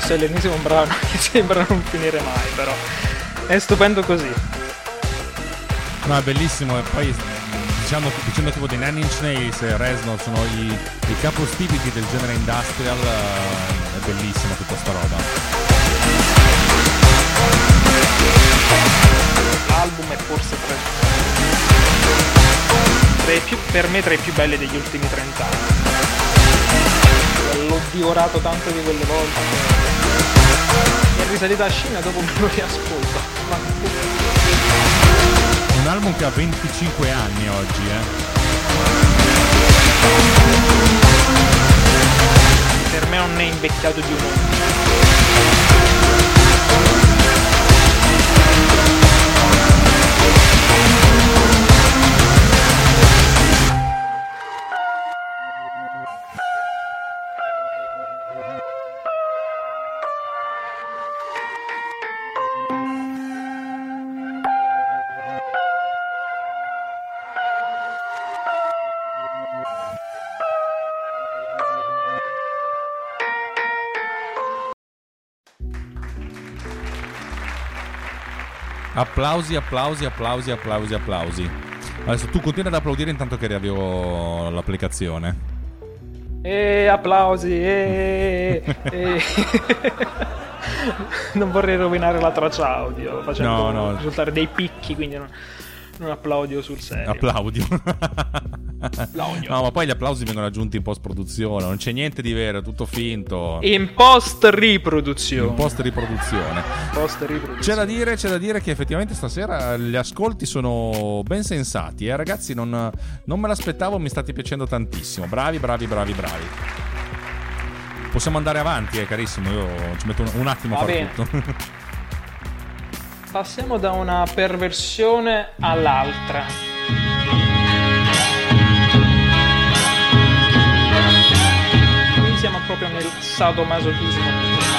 Questo è l'ennesimo brano che sembra non finire mai, però è stupendo così. No, è bellissimo. E poi diciamo, dicendo tipo dei Nine Inch Nails e Reznor sono i, i capostipiti del genere industrial. È bellissima tutta sta roba. L'album è forse tra, tra i più, per me tra i più belli degli ultimi trent'anni. L'ho divorato tante di quelle volte. Mi è risalita a scena dopo me lo riascolto. Ma... un album che ha venticinque anni oggi, eh. Per me non è invecchiato di un'ora. Applausi, applausi, applausi, applausi, applausi. Adesso tu continua ad applaudire intanto che riavvio l'applicazione. E applausi, e, e... Non vorrei rovinare la traccia audio facendo No, no. risultare dei picchi, quindi non, non applaudio sul serio. Applaudio. Applaudio. No, ma poi gli applausi vengono aggiunti in post-produzione. Non c'è niente di vero, è tutto finto. In post-riproduzione. In post-riproduzione. Post-riproduzione. C'è da dire, c'è da dire che effettivamente stasera gli ascolti sono ben sensati, eh ragazzi, non, non me l'aspettavo, mi state piacendo tantissimo. Bravi, bravi, bravi, bravi. Possiamo andare avanti, eh, carissimo, io ci metto un, un attimo a Va fare bene. tutto. Passiamo da una perversione all'altra. Qui siamo proprio nel sadomasochismo.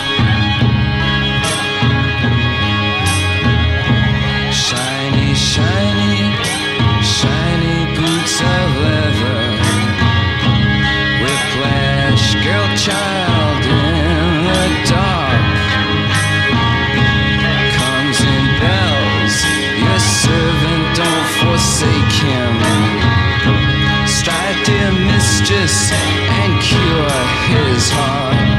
Shiny, shiny, shiny boots of leather. Whiplash, girl child in the dark. Comes in bells, your servant, don't forsake him. Strive, dear mistress, and cure his heart.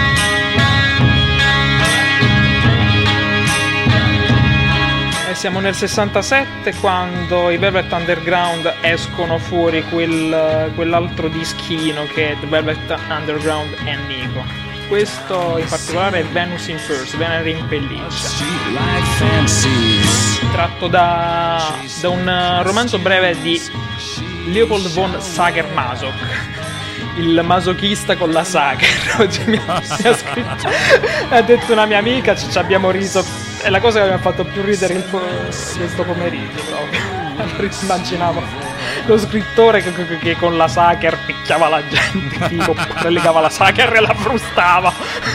E siamo nel sessantasette quando i Velvet Underground escono fuori quel, quell'altro dischino che è The Velvet Underground e Nico. Questo in particolare è Venus in Furs, Venere in pelliccia, Streetlight fancies. tratto da, da un romanzo breve di Leopold von Sacher-Masoch, il masochista con la Sacher. Oggi mi ha, mi ha scritto, ha detto una mia amica, ci, ci abbiamo riso, è la cosa che mi ha fatto più ridere il po- questo pomeriggio proprio. Allora immaginavo lo scrittore che, che, che con la Sacher picchiava la gente, tipo relegava la Sacher e la frustava.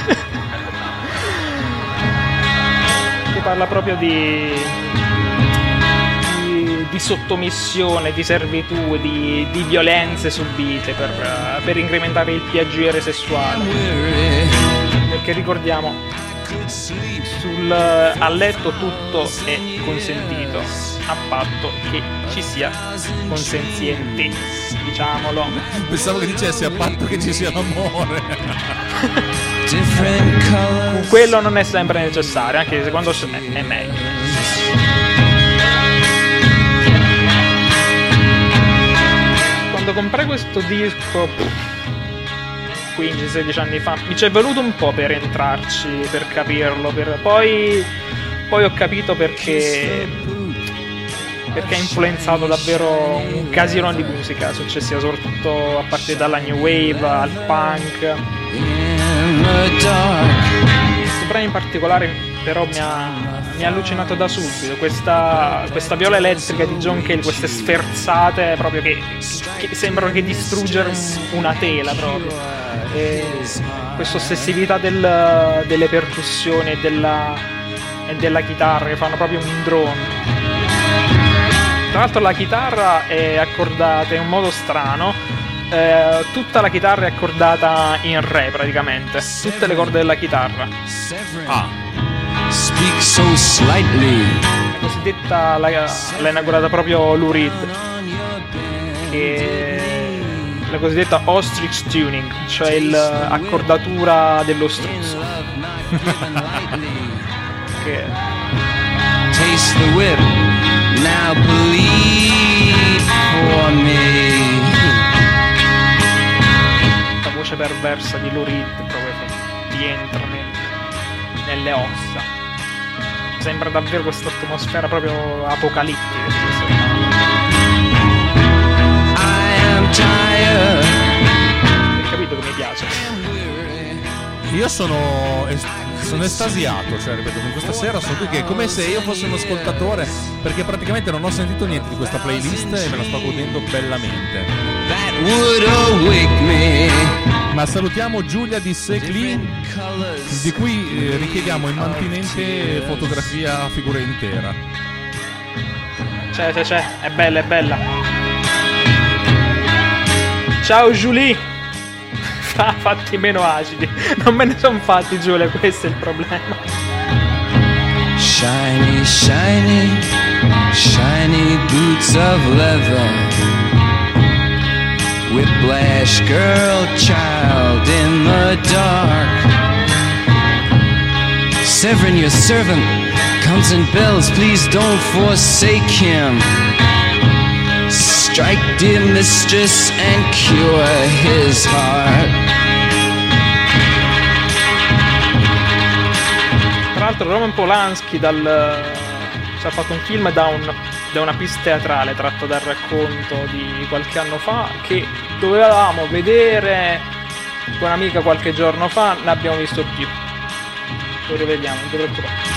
Che parla proprio di di sottomissione, di servitù, di, di violenze subite per, uh, per incrementare il piacere sessuale. Perché ricordiamo, sul, uh, a letto tutto è consentito, a patto che ci sia consenzienti, diciamolo. Pensavo che dicessi a patto che ci sia l'amore. Quello non è sempre necessario, anche se quando è, è meglio. Quando comprai questo disco quindici sedici anni fa mi ci è voluto un po' per entrarci, per capirlo, per... Poi, poi ho capito perché perché ha influenzato davvero un casino di musica successiva, soprattutto a partire dalla new wave al punk. Questo brano in particolare però mi ha, mi ha allucinato da subito, questa, questa viola elettrica di John Cale, queste sferzate proprio che, che sembrano che distruggere un, una tela proprio, e questa ossessività del, delle percussioni e della, e della chitarra che fanno proprio un drone. Tra l'altro la chitarra è accordata in un modo strano, eh, tutta la chitarra è accordata in re praticamente, tutte le corde della chitarra. Ah, Speak so slightly. La cosiddetta, la, l'ha inaugurata proprio Lou Reed, che è la cosiddetta ostrich tuning, cioè l'accordatura dello struzzo. Che Taste the whip. Now bleed for me. la voce perversa di Lou Reed proprio ti entra nel- nelle ossa. Sembra davvero questa atmosfera proprio apocalittica. I am tired. Hai capito che mi piace? io sono es- sono estasiato, cioè ripeto, con questa sera sono qui che è come se io fossi un ascoltatore, perché praticamente non ho sentito niente di questa playlist e me la sto godendo bellamente. That would awake me. Ma salutiamo Giulia di Secli, di cui eh, richiediamo immantinente fotografia a figura intera. C'è, c'è, c'è, è bella, è bella. Ciao Julie! Fa fatti meno acidi. Non me ne sono fatti, Giulia, questo è il problema. Shiny, shiny, shiny boots of leather. Whiplash girl, child in the dark. Severin, your servant, comes in bells. Please don't forsake him. Strike, dear mistress, and cure his heart. Tra l'altro Roman Polanski dal, ci ha fatto un film da, un, da una pista teatrale tratto dal racconto di qualche anno fa, che dovevamo vedere con un'amica qualche giorno fa, ne abbiamo visto più. Lo rivediamo, non ti preoccupare.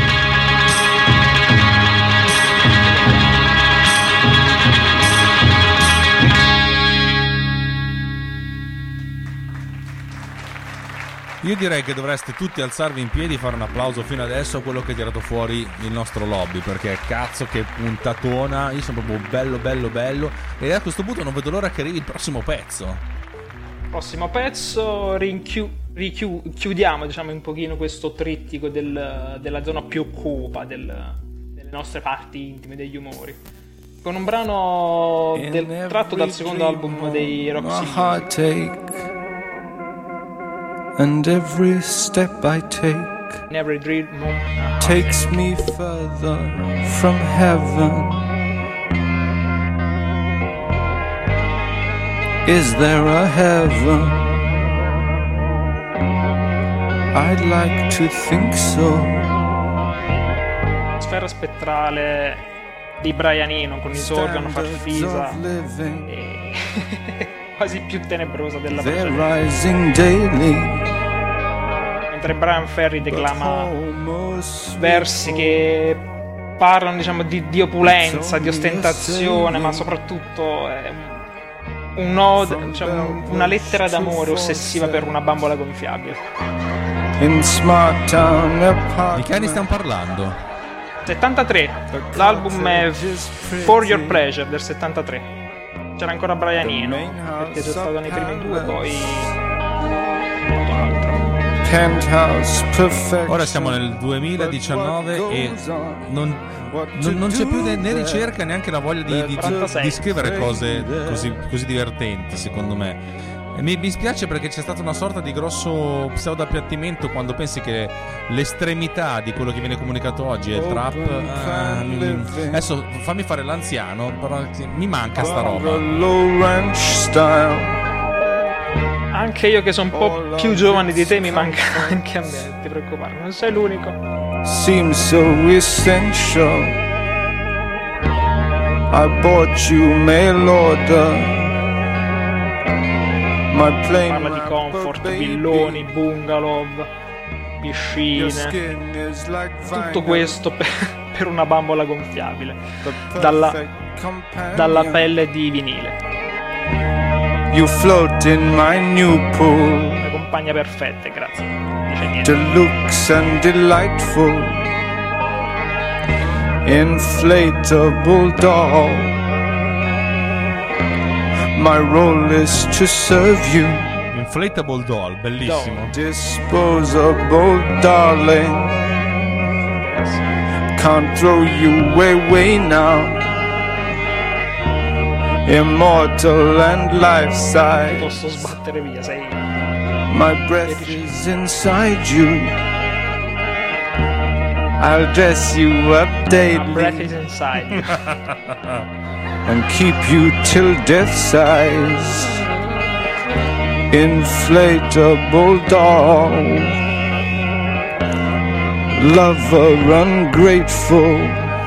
Io direi che dovreste tutti alzarvi in piedi e fare un applauso fino adesso a quello che ha tirato fuori il nostro lobby, perché cazzo che puntatona, io sono proprio bello bello bello e a questo punto non vedo l'ora che arrivi il prossimo pezzo. Prossimo pezzo, rinchiu- richiu- chiudiamo diciamo un pochino questo trittico del- della zona più cupa del- delle nostre parti intime, degli umori, con un brano del- tratto dal secondo album dei Roxy Music. And every step I take In Every Dream Mo- ah, takes me further from heaven. Is there a heaven? I'd like to think so. sfera spettrale di Brian Eno con il suo organo farfisa e quasi più tenebrosa della They're precedente, rising daily. mentre Brian Ferry declama versi che parlano diciamo di, di opulenza, di ostentazione, ma soprattutto è un, un ode, diciamo, una lettera d'amore ossessiva per una bambola gonfiabile. In smart town Di che anni stiamo parlando? settantatré, l'album è For Your Pleasure del settantatré. C'era ancora Brian Eno, perché c'è stato nei primi due, poi tutto altro. penthouse perfect. Ora siamo nel duemiladiciannove e non, non, non c'è più né, né ricerca neanche la voglia di, di, di, di scrivere cose così, così divertenti, secondo me. E mi, mi spiace perché c'è stata una sorta di grosso pseudo-appiattimento quando pensi che l'estremità di quello che viene comunicato oggi è il trap. ehm, adesso fammi fare l'anziano, però mi manca sta roba. Low ranch style. Anche io che sono un po' più giovane di te mi manca anche a me, non ti preoccupare, non sei l'unico. Seems so essential. I bought you mail order. My plane Parla di comfort, villoni, bungalow, piscine, tutto questo per, per una bambola gonfiabile dalla, dalla pelle di vinile. You float in my new pool. Una compagna perfetta, grazie. Dice niente. Deluxe and delightful. Inflatable doll. My role is to serve you. Inflatable doll, bellissimo. Disposable darling, can't throw you away now. Immortal and life size. Posso sbattere via, sei. My breath is inside you. I'll dress you up daily. Breath is inside. And keep you till death size. Inflatable doll, lover ungrateful,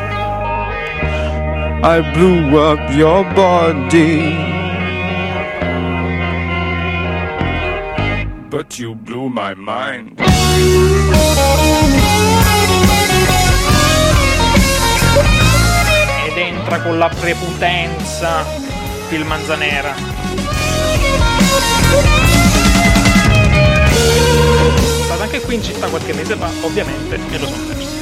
I blew up your body, but you blew my mind. Ed entra con la prepotenza Phil Manzanera. È stato anche qui in città qualche mese fa, ovviamente, e lo sono perso.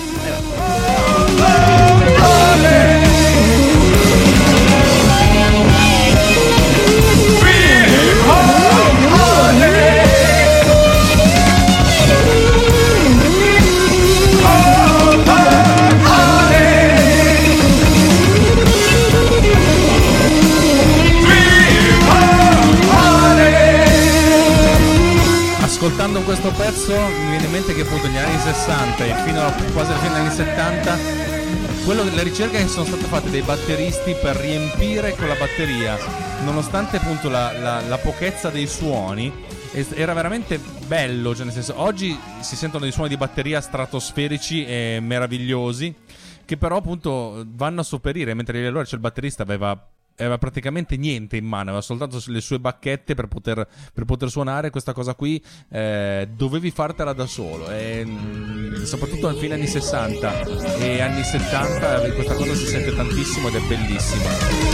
Ascoltando questo pezzo mi viene in mente che appunto negli anni sessanta e fino a quasi alla fine degli anni settanta quello, le ricerche che sono state fatte dai batteristi per riempire con la batteria, nonostante appunto la, la, la pochezza dei suoni, era veramente bello, cioè nel senso, oggi si sentono dei suoni di batteria stratosferici e meravigliosi che però appunto vanno a sopperire, mentre allora c'è il batterista aveva aveva praticamente niente in mano, aveva soltanto le sue bacchette per poter, per poter suonare questa cosa qui, eh, dovevi fartela da solo e mh, soprattutto alla fine anni sessanta e anni settanta questa cosa si sente tantissimo ed è bellissima.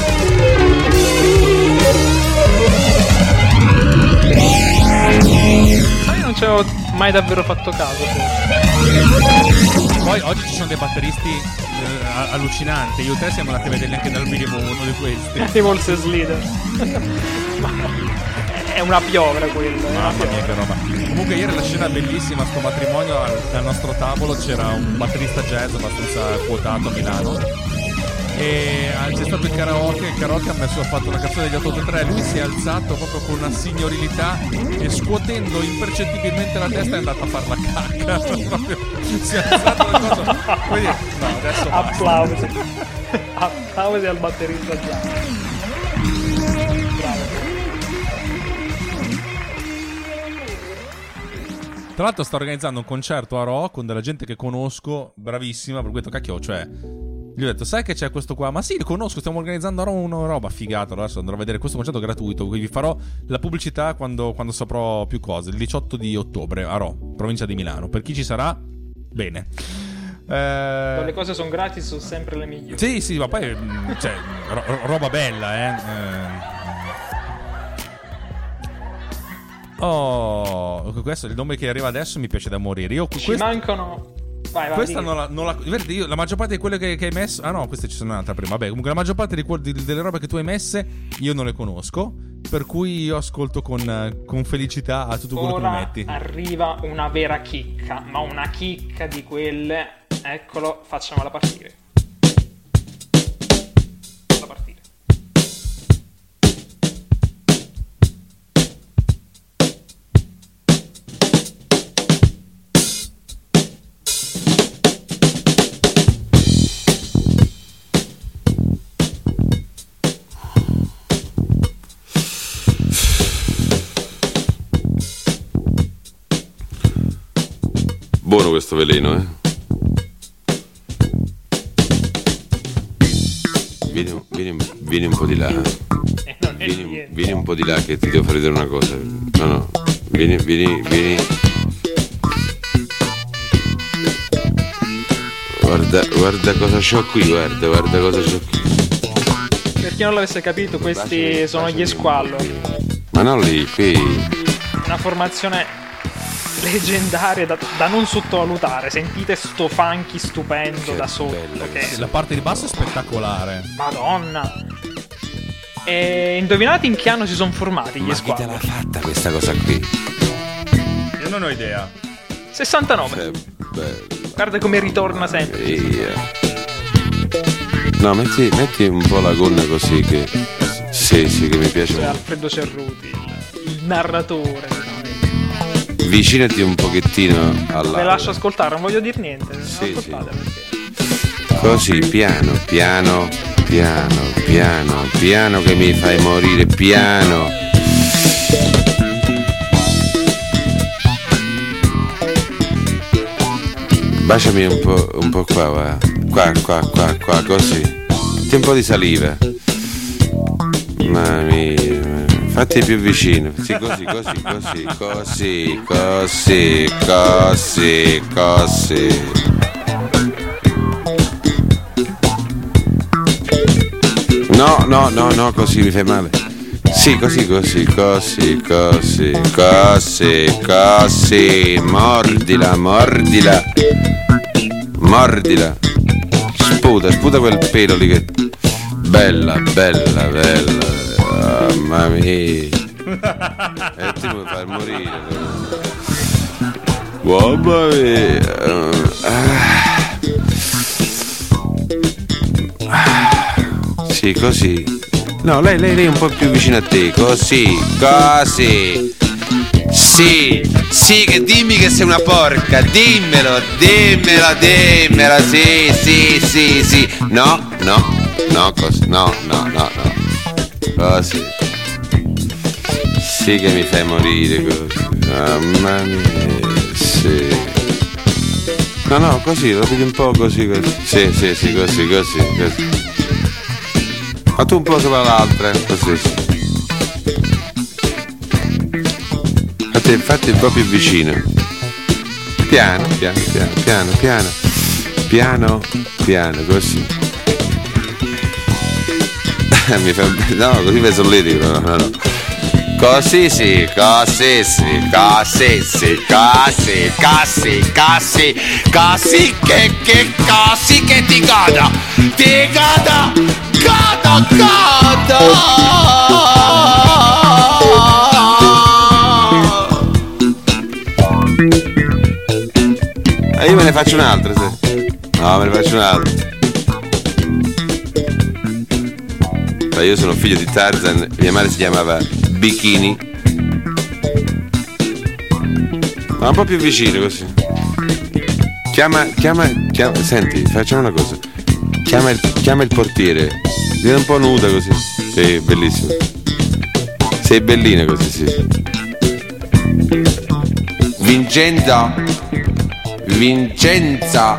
Ma io non ci avevo mai davvero fatto caso. Poi oggi ci sono dei batteristi eh, allucinanti. Io e te siamo andati a vederli anche dal video, uno di questi. Animal Leader. È una piovra quello. Mamma mia che roba. Comunque ieri la scena bellissima, sto matrimonio al, al nostro tavolo c'era un batterista jazz abbastanza quotato a Milano. E c'è stato il karaoke, il karaoke ha messo, ha fatto una canzone degli otto otto tre, lui si è alzato proprio con una signorilità e scuotendo impercettibilmente la testa è andato a far la cacca. Proprio, si è alzato la cosa. Poi, no, adesso applausi. Applausi al batterista jazz. Bravo. Tra l'altro sto organizzando un concerto a Ro con della gente che conosco, bravissima, per questo cacchio, cioè gli ho detto, sai che c'è questo qua? Ma sì, lo conosco, stiamo organizzando a Roma una roba figata. Adesso andrò a vedere questo concerto gratuito. Quindi vi farò la pubblicità quando, quando saprò più cose. Il diciotto di ottobre a Ro, provincia di Milano. Per chi ci sarà, bene. Eh... Le cose sono gratis, sono sempre le migliori. Sì, sì, ma poi cioè, ro- roba bella, eh. eh. Oh, questo è il nome che arriva adesso, mi piace da morire. Io ci questo... mancano. Vai, vai, questa non la, non la io, la maggior parte di quelle che, che hai messo. Ah no, queste ci sono un'altra prima. Vabbè, comunque la maggior parte di, di, delle robe che tu hai messe io non le conosco. Per cui io ascolto con, con felicità a tutto quello Ora che mi metti. Arriva una vera chicca, ma una chicca di quelle. Eccolo, facciamola partire. Facciamola partire. Buono questo veleno, eh? Vieni, vieni, vieni un po' di là. Vieni, vieni un po' di là che ti devo far vedere una cosa. No, no. Vieni, vieni, vieni. Guarda, guarda cosa c'ho qui, guarda, guarda cosa c'ho qui. Per chi non l'avesse capito, questi sono gli Squallor. Ma non lì, qui. Una formazione leggendaria da, da non sottovalutare. Sentite sto funky stupendo che da sotto che... La parte di basso è spettacolare. Madonna. E indovinate in che anno si sono formati gli Ma chi te Squalo? l'ha fatta questa cosa qui? Io non ho idea. sessantanove. Cioè, bello. Guarda come ritorna sempre. Via. No, metti, metti un po' la gonna così che. Sì, sì, che mi piace. Cioè, Alfredo Cerruti, il, il narratore. Vicinati un pochettino alla. Ve lascio ascoltare, non voglio dire niente. Sì, ascoltate perché. Così, piano, piano, piano, piano, piano che mi fai morire, piano. Baciami un po', un po' qua, va. Qua, qua, qua, qua, così. Metti un po' di saliva. Mamma mia. Fatti più vicino. Sì, così, così, così, così, così, così, così. No, no, no, no, così mi fai male. Sì, così, così, così, così, così, così. Mordila, mordila. Mordila. Sputa, sputa quel pelo lì che. Bella, bella, bella. Mamma mia. E ti vuoi far morire. Mamma mia. Ah. Sì, così. No, lei, lei, lei è un po' più vicino a te. Così, così. Sì, sì, che dimmi che sei una porca. Dimmelo, dimmelo, dimmelo. Sì, sì, sì, sì. No, no, no, così. No, no, no, no. Così. Sì che mi fai morire così. Mamma mia. Sì. No, no, così, lo vedi un po' così, così. Sì, sì, sì, così, così, così. Ma tu un po' sopra l'altra, così, sì. Fatti, fatti un po' più vicino. Piano, piano, piano, piano, piano. Piano, piano, così. Mi fa... No, così mi solletico, no, no, no. Così sì, così sì, così sì, così, così, così, così che, che, così che ti godo, ti godo, godo, godo. E io me ne faccio un'altra, sì. No, me ne faccio un'altra. Io sono figlio di Tarzan, mia madre si chiamava Bikini. Ma un po' più vicino così. Chiama, chiama, chiama, senti, facciamo una cosa. Chiama il, chiama il portiere. Viene un po' nuda così. Sì, bellissimo. Sei bellina così, sì. Vincenzo. Vincenzo.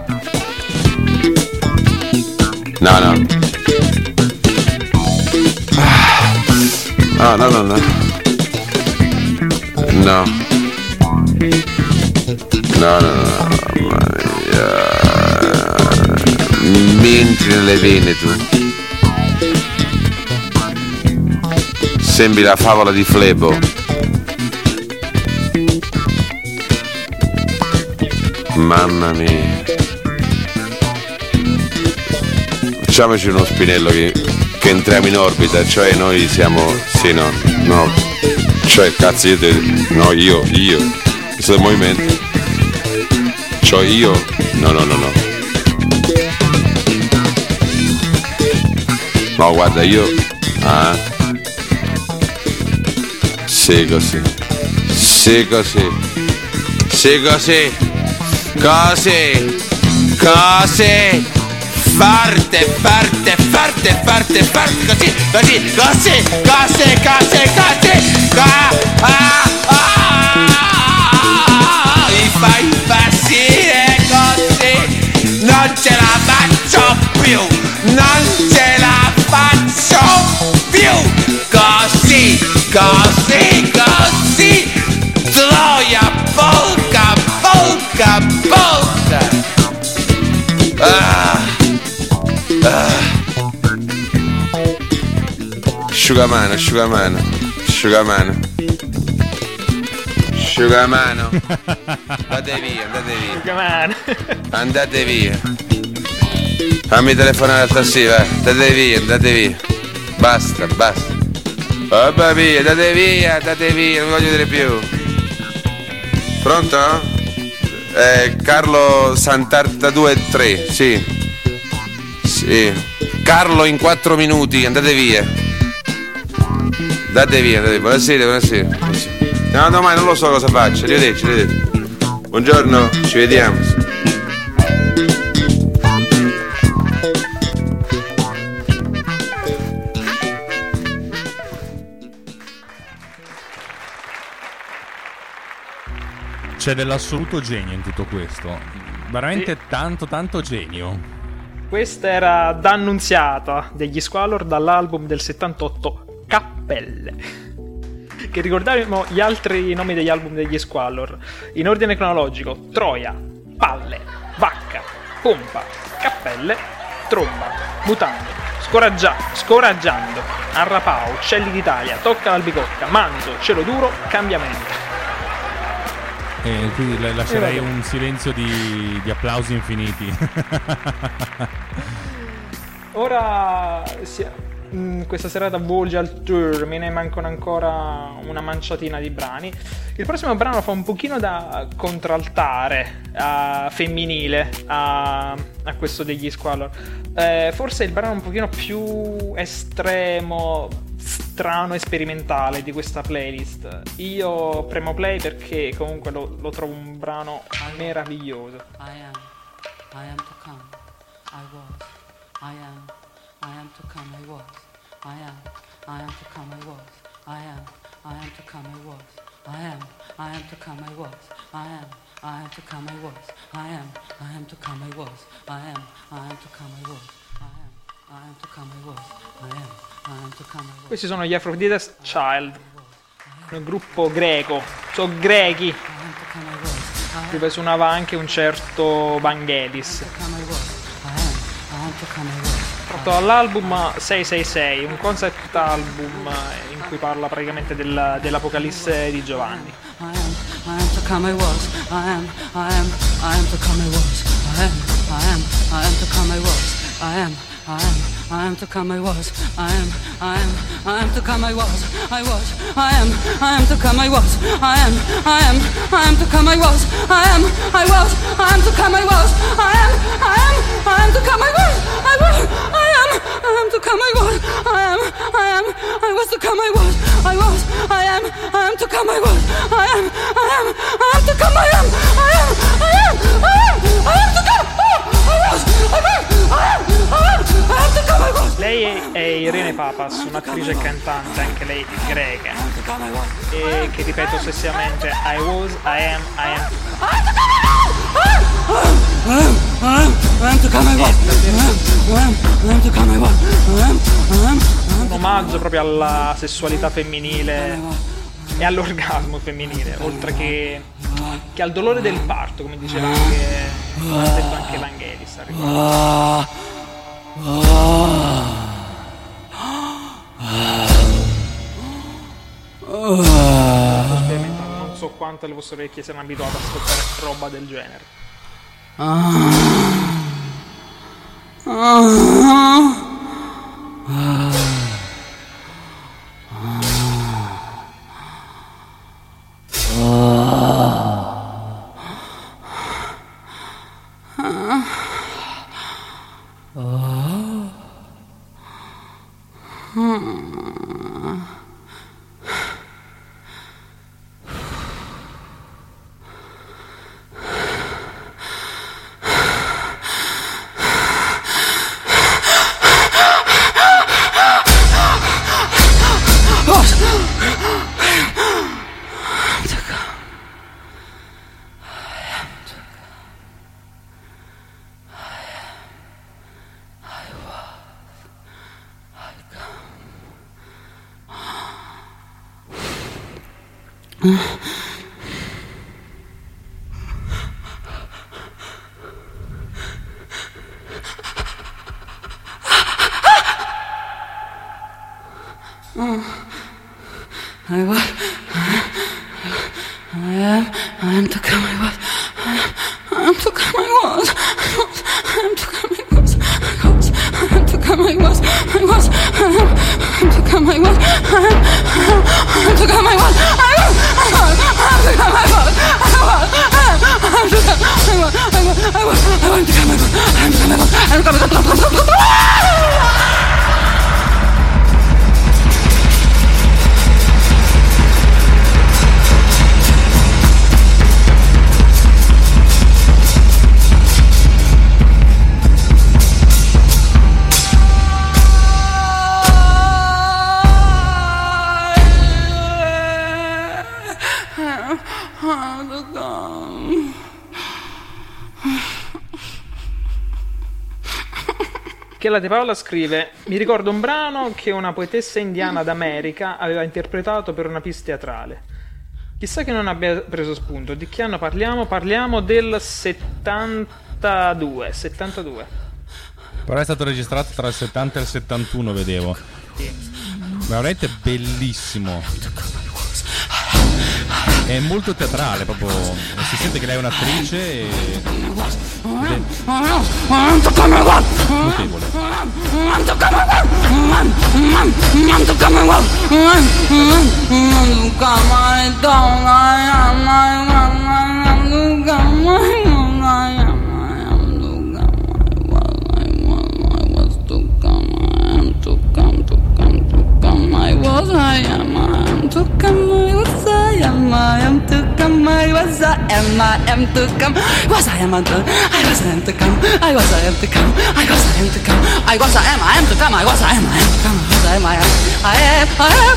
No, no. No, no, no, no. No. No, no, no. Mamma mia. Mi entri nelle vene tu. Sembri la favola di Flebo. Mamma mia. Facciamoci uno spinello che... che entriamo in orbita, cioè noi siamo. Sì, no, no. Cioè cazzo io te. No, io, io. Questo è il movimento. Cioè io. No, no, no, no. No, guarda, io. Ah. Sì, così. Sì, così. Sì, così. Così. Così. Forte, forte, forte, forte, forte, così, così, così, così, così, così, ah, ah, ah, mi fai impazzire così, non ce la faccio più, non ce la faccio più, così, così, così, troia, polka, polka, polka, ah. Ah. Asciugamano, asciugamano, asciugamano, asciugamano. Andate via, andate via. Asciugamano. Andate via. Fammi telefonare al tassì, vai. Andate via, andate via. basta, basta. Vabbè via, date via, date via, non vi voglio vedere più. Pronto? Eh, Carlo Sant'Artadue tre, sì. Sì. Carlo in quattro minuti, andate via. Andate via, andate via. Buonasera, buonasera. No, domani non lo so cosa faccio. Arrivederci, arrivederci. Buongiorno, ci vediamo. C'è dell'assoluto genio in tutto questo. Veramente Sì. tanto, tanto genio. Questa era D'Annunziata degli Squallor dall'album del settantotto Cappelle. Che ricordiamo gli altri nomi degli album degli Squallor in ordine cronologico: Troia, Palle, Vacca, Pompa, Cappelle, Tromba, Mutande, Scoraggia, Scoraggiando, Arrapao, Uccelli d'Italia, Tocca l'Albicocca, Manzo, Cielo Duro, Cambiamento. E quindi le lascerei Eh, vabbè. un silenzio di, di applausi infiniti. Ora si- mh, questa serata volge al termine, mancano ancora una manciatina di brani. Il prossimo brano fa un pochino da contraltare a femminile a, a questo degli Squallor. Eh, forse è il brano un pochino più estremo, strano e sperimentale di questa playlist. Io premo play perché comunque lo, lo trovo un brano meraviglioso. I am, I am to come, I was, I am, I am to come, I was, I am, I am to come, I was, I am, I am to come, I was, I am, I am to come, I was, I am, I am to come, I was, I am, I am to come, I was, I am, I am to come, I was, I am, I am to come, I was, I am, I am to come, I was. Questi sono gli Aphrodite's Child, un gruppo greco, sono grechi, dove suonava anche un certo Vangelis. Tratto dall'album sei sei sei, un concept album in cui parla praticamente del- dell'Apocalisse di Giovanni. I am, I am to come, I was, I am, I am, I am to come, I was, I am, I am, I am to come, I was, I am, I am, I am to come, I was, I am, I am, I am to come, I was, I was, I am, I am to come, I was, I am, I am, I am to come, I was, I am, I was, I am to come, I was, I am, I am, I am to come, I was, I was, I am, I am to come, I was, I am, I am, I was to come, I was, I was, I am, I am to come, I was, I am, I am, I am to come, I am, I am, I am, I am, I am to come, I was, I am, I am, I am, I am to come, I was. Lei è, è Irene Papas, un'attrice e cantante, anche lei greca, e che ripeto ossessivamente I was, I am, I am. I am, I am, I am to come, I was, I am, I am, I am to come, I was, I am, I am, I am. Un omaggio proprio alla sessualità femminile e all'orgasmo femminile, oltre che, che al dolore del parto, come diceva anche, come ha detto anche Vangelis. a riguardo. Sto sperimentando, non so quanto le vostre orecchie siano abituate ad ascoltare roba del genere. I was, I am, I am to come, I was, I am to come, I was, I am to come, I was, I was, I am to come, I was, I was, I am, am to come. Che la De Paola scrive: mi ricordo un brano che una poetessa indiana d'America aveva interpretato per una pièce teatrale. Chissà che non abbia preso spunto. Di che anno parliamo? Parliamo del settantadue. settantadue. Però è stato registrato tra il settanta e il settantuno, vedevo. Sì. Veramente bellissimo. È molto teatrale, proprio. Si sente che lei è un'attrice e... notevole. I was, I am, I am to come. I was, I am, I am to come. I was, I am, I am to come. Was, I am, I was, I am to come. I was, I am to come. I was, I am to come. I was, I am, I am to come. I was, I am, I am to come. I was, I am, I am, I am, I am,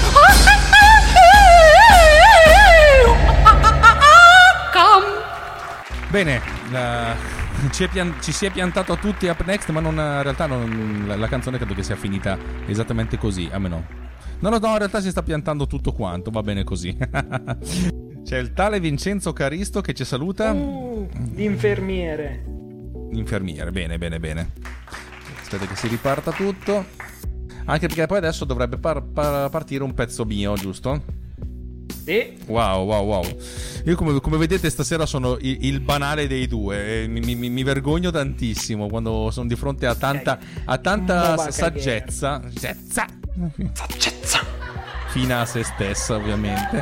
come. Bene, la... ci, è pian... ci si è piantato a tutti Up Next, ma non, in realtà non... la, la canzone credo che sia finita esattamente così, a me no. No, no, no, in realtà si sta piantando tutto quanto, va bene così. C'è il tale Vincenzo Caristo che ci saluta. Uh, l'infermiere. Infermiere, bene, bene, bene. Aspetta che si riparta tutto. Anche perché poi adesso dovrebbe par- par- partire un pezzo mio, giusto? Sì. Wow, wow, wow. Io come, come vedete stasera sono il, il banale dei due. E mi, mi, mi vergogno tantissimo quando sono di fronte a tanta, a tanta saggezza. Saggezza. Saggezza. Fina a se stessa, ovviamente.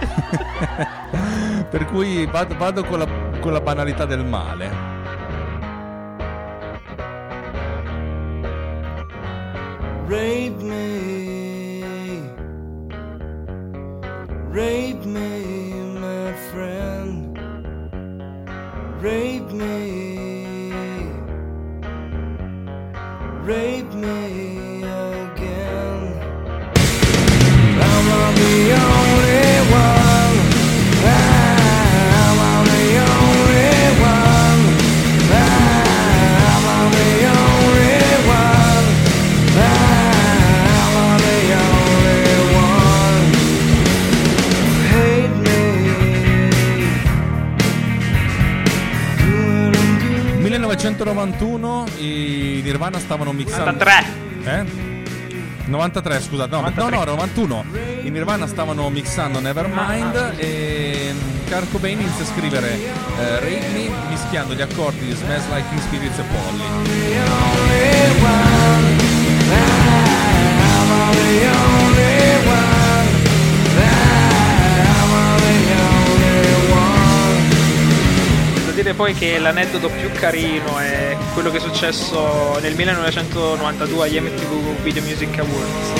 Per cui vado, vado con, la, con la banalità del male. Rape me, rape me, my friend. Rape me, rape me again. I'm not the only one. I'm not the only one. I'm not the only one. I'm not the only one. Hate me. millenovecentonovantuno i Nirvana stavano mixando. novantatré. Eh? novantatré, scusate, no, novantatré. no, no, novantuno. I Nirvana stavano mixando Nevermind ah, e Kurt Cobain inizia a scrivere eh, Rape Me mischiando gli accordi di Smells Like Teen Spirits e Polly. Devo dire poi che l'aneddoto più carino è quello che è successo nel millenovecentonovantadue agli M T V Video Music Awards.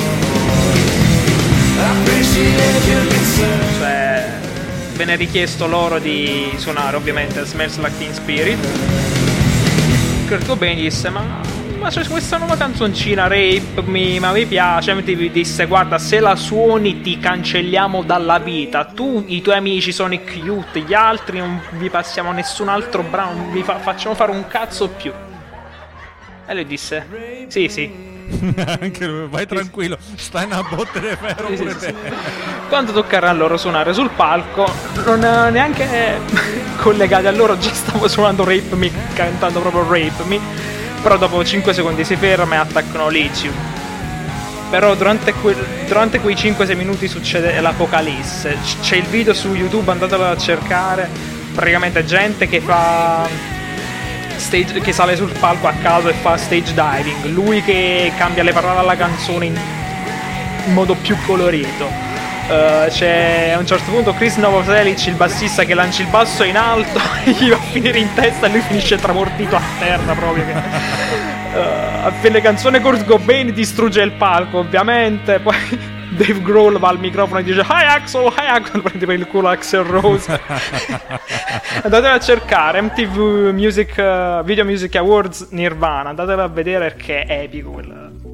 Cioè, venne richiesto loro di suonare ovviamente Smells Like Teen Spirit. Kurt Cobain disse: ma, ma c'è questa nuova canzoncina Rape Me, ma mi piace. M T V disse: guarda, se la suoni ti cancelliamo dalla vita. Tu, i tuoi amici sono i cute, gli altri non vi passiamo nessun altro brano, non vi fa- facciamo fare un cazzo più. E lui disse: sì, sì. Anche lui, vai tranquillo, stai a bottere ferro Sì, pure sì, te. sì. Quando toccherà a loro suonare sul palco, non eh, neanche collegati a loro, già stavo suonando Rape Me, cantando proprio Rape Me. Però dopo cinque secondi si ferma e attaccano Lithium. Però durante, que- durante quei cinque sei minuti succede l'apocalisse. C- c'è il video su YouTube, andatelo a cercare. Praticamente gente che fa stage, che sale sul palco a caso e fa stage diving. Lui che cambia le parole alla canzone in, in modo più colorito. Uh, c'è a un certo punto Chris Novoselic, il bassista, che lancia il basso in alto e gli va a finire in testa e lui finisce tramortito a terra proprio. Che, uh, a fine canzone Kurt Cobain distrugge il palco ovviamente. Poi Dave Grohl va al microfono e dice: hi Axel, hi Axel, prendi per il culo Axel Rose. Andatelo a cercare M T V Music uh, Video Music Awards Nirvana, andatelo a vedere perché è epico quel,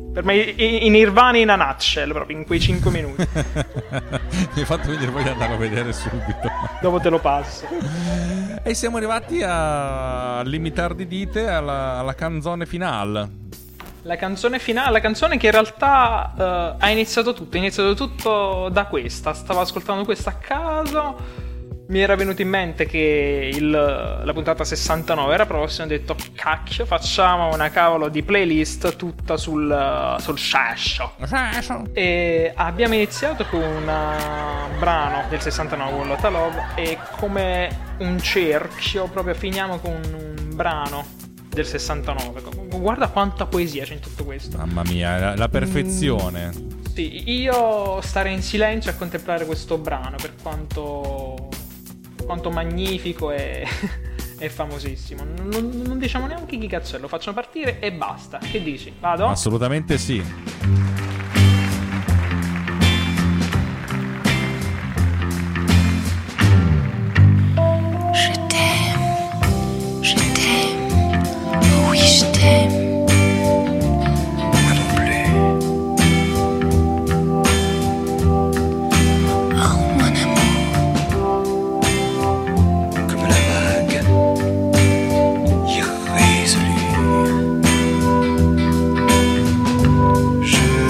Per me i, i Nirvana in a nutshell, proprio in quei cinque minuti. Mi hai fatto venire voglia di andarlo a vedere subito. Dopo te lo passo. E siamo arrivati a limitar di dite alla, alla canzone finale. La canzone finale, la canzone che in realtà uh, ha iniziato tutto, è iniziato tutto da questa. Stavo ascoltando questa a caso, mi era venuto in mente che il, la puntata sessantanove era prossima, ho detto cacchio, facciamo una cavolo di playlist tutta sul, sul sascio. E abbiamo iniziato con un brano del sessantanove, Lotta Love, e come un cerchio proprio finiamo con un brano del sessantanove. Guarda quanta poesia c'è in tutto questo. Mamma mia, la, la perfezione. Mm, sì, io stare in silenzio a contemplare questo brano, per quanto quanto magnifico e, e famosissimo. Non, non diciamo neanche chi cazzo è, lo facciamo partire e basta. Che dici? Vado? Assolutamente sì. Je t'aime, je t'aime, oh oui je t'aime. Moi non plus. Oh mon amour, comme la vague irrésolue. Je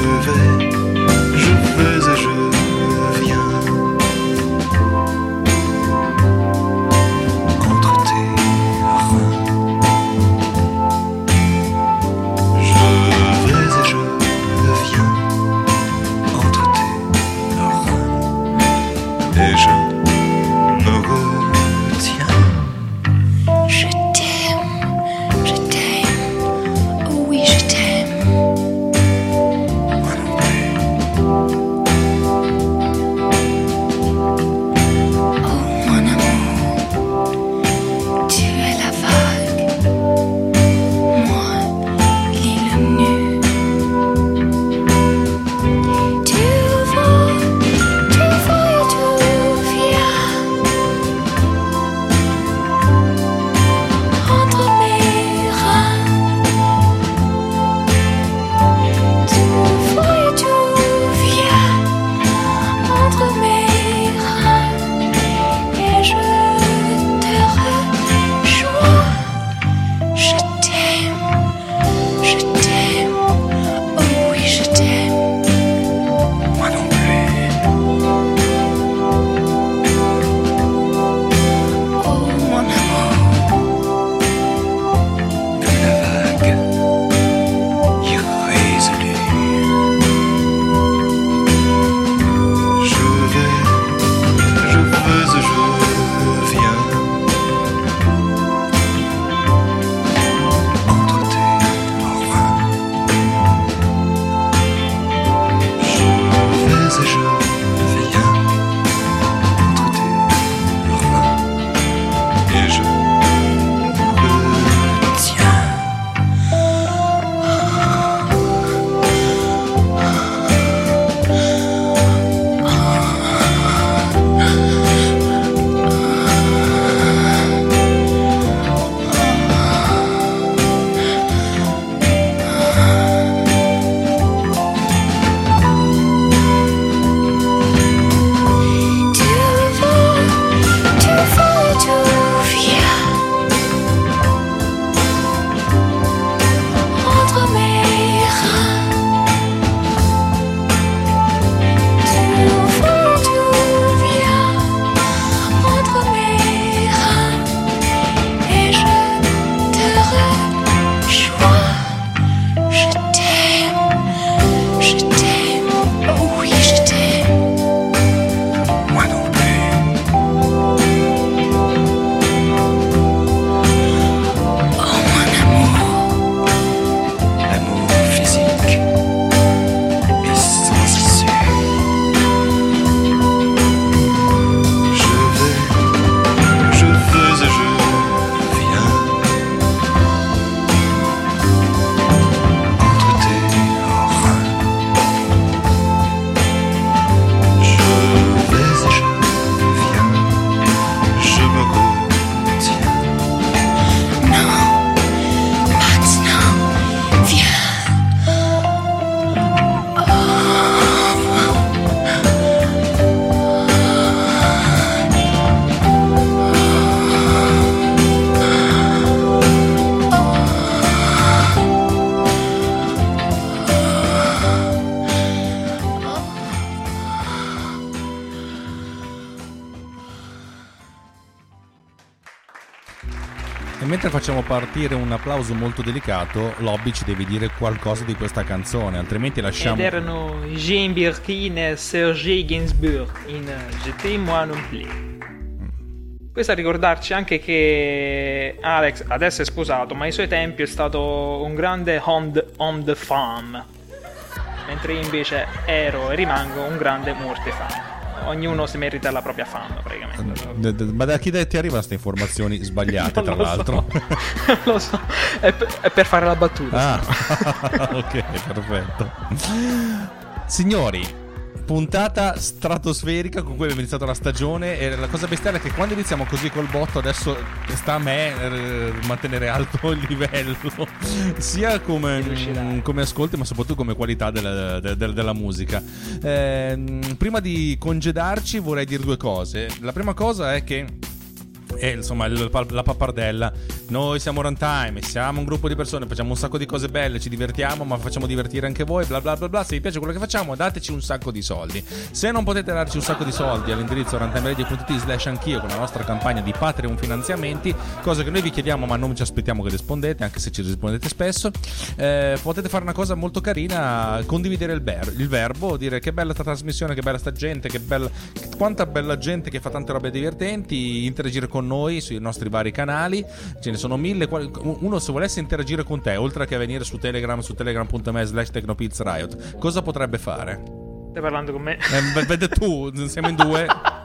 mentre facciamo partire un applauso molto delicato, Lobby ci devi dire qualcosa di questa canzone, altrimenti lasciamo... Ed erano Jean Birkin e Serge Gainsbourg in Je t'aime moi non plus. Questo a ricordarci anche che Alex adesso è sposato, ma ai suoi tempi è stato un grande homme de, homme de femme, mentre io invece ero e rimango un grande morte femme. Ognuno si merita la propria fama, praticamente. Ma da chi ti arrivano queste informazioni sbagliate, tra l'altro? Non lo so, è per, è per fare la battuta. Ah, ok, perfetto. Signori, puntata stratosferica con cui abbiamo iniziato la stagione, e la cosa bestiale è che quando iniziamo così col botto adesso sta a me eh, mantenere alto il livello sia come, mh, come ascolti, ma soprattutto come qualità della, de, de, della musica. Eh, prima di congedarci vorrei dire due cose. La prima cosa è che e insomma il, la pappardella, noi siamo Runtime, siamo un gruppo di persone, facciamo un sacco di cose belle, ci divertiamo, ma facciamo divertire anche voi, bla bla bla bla. Se vi piace quello che facciamo, dateci un sacco di soldi. Se non potete darci un sacco di soldi, all'indirizzo runtimeradio punto it slash anch'io, con la nostra campagna di Patreon finanziamenti, cosa che noi vi chiediamo ma non ci aspettiamo che rispondete, anche se ci rispondete spesso, eh, potete fare una cosa molto carina: condividere il, ver- il verbo, dire che bella sta trasmissione, che bella sta gente, che bella, quanta bella gente che fa tante robe divertenti, interagire con noi sui nostri vari canali, ce ne sono mille. Uno, se volesse interagire con te, oltre che venire su Telegram, su telegram punto me slash technopizriot, cosa potrebbe fare? Stai parlando con me? Eh, vede tu, siamo in due.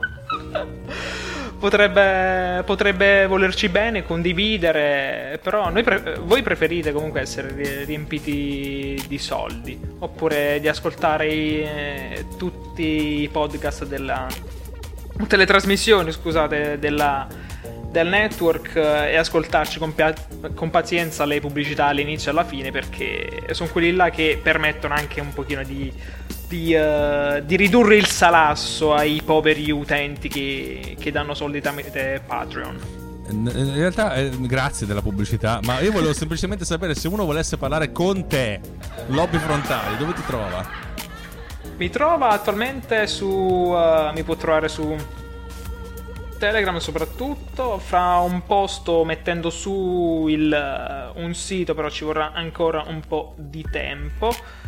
Potrebbe, potrebbe volerci bene, condividere, però noi pre- voi preferite comunque essere riempiti di soldi, oppure di ascoltare i, tutti i podcast della, tutte le trasmissioni, scusate, della, del network, e ascoltarci con, pia- con pazienza le pubblicità all'inizio e alla fine, perché sono quelli là che permettono anche un pochino di Di, uh, di ridurre il salasso ai poveri utenti che, che danno soldi tramite Patreon. In realtà eh, grazie della pubblicità, ma io volevo semplicemente sapere se uno volesse parlare con te, Lobby Frontali, dove ti trova? Mi trova attualmente su uh, mi può trovare su Telegram soprattutto. Fra un po' sto mettendo su il, uh, un sito, però ci vorrà ancora un po' di tempo.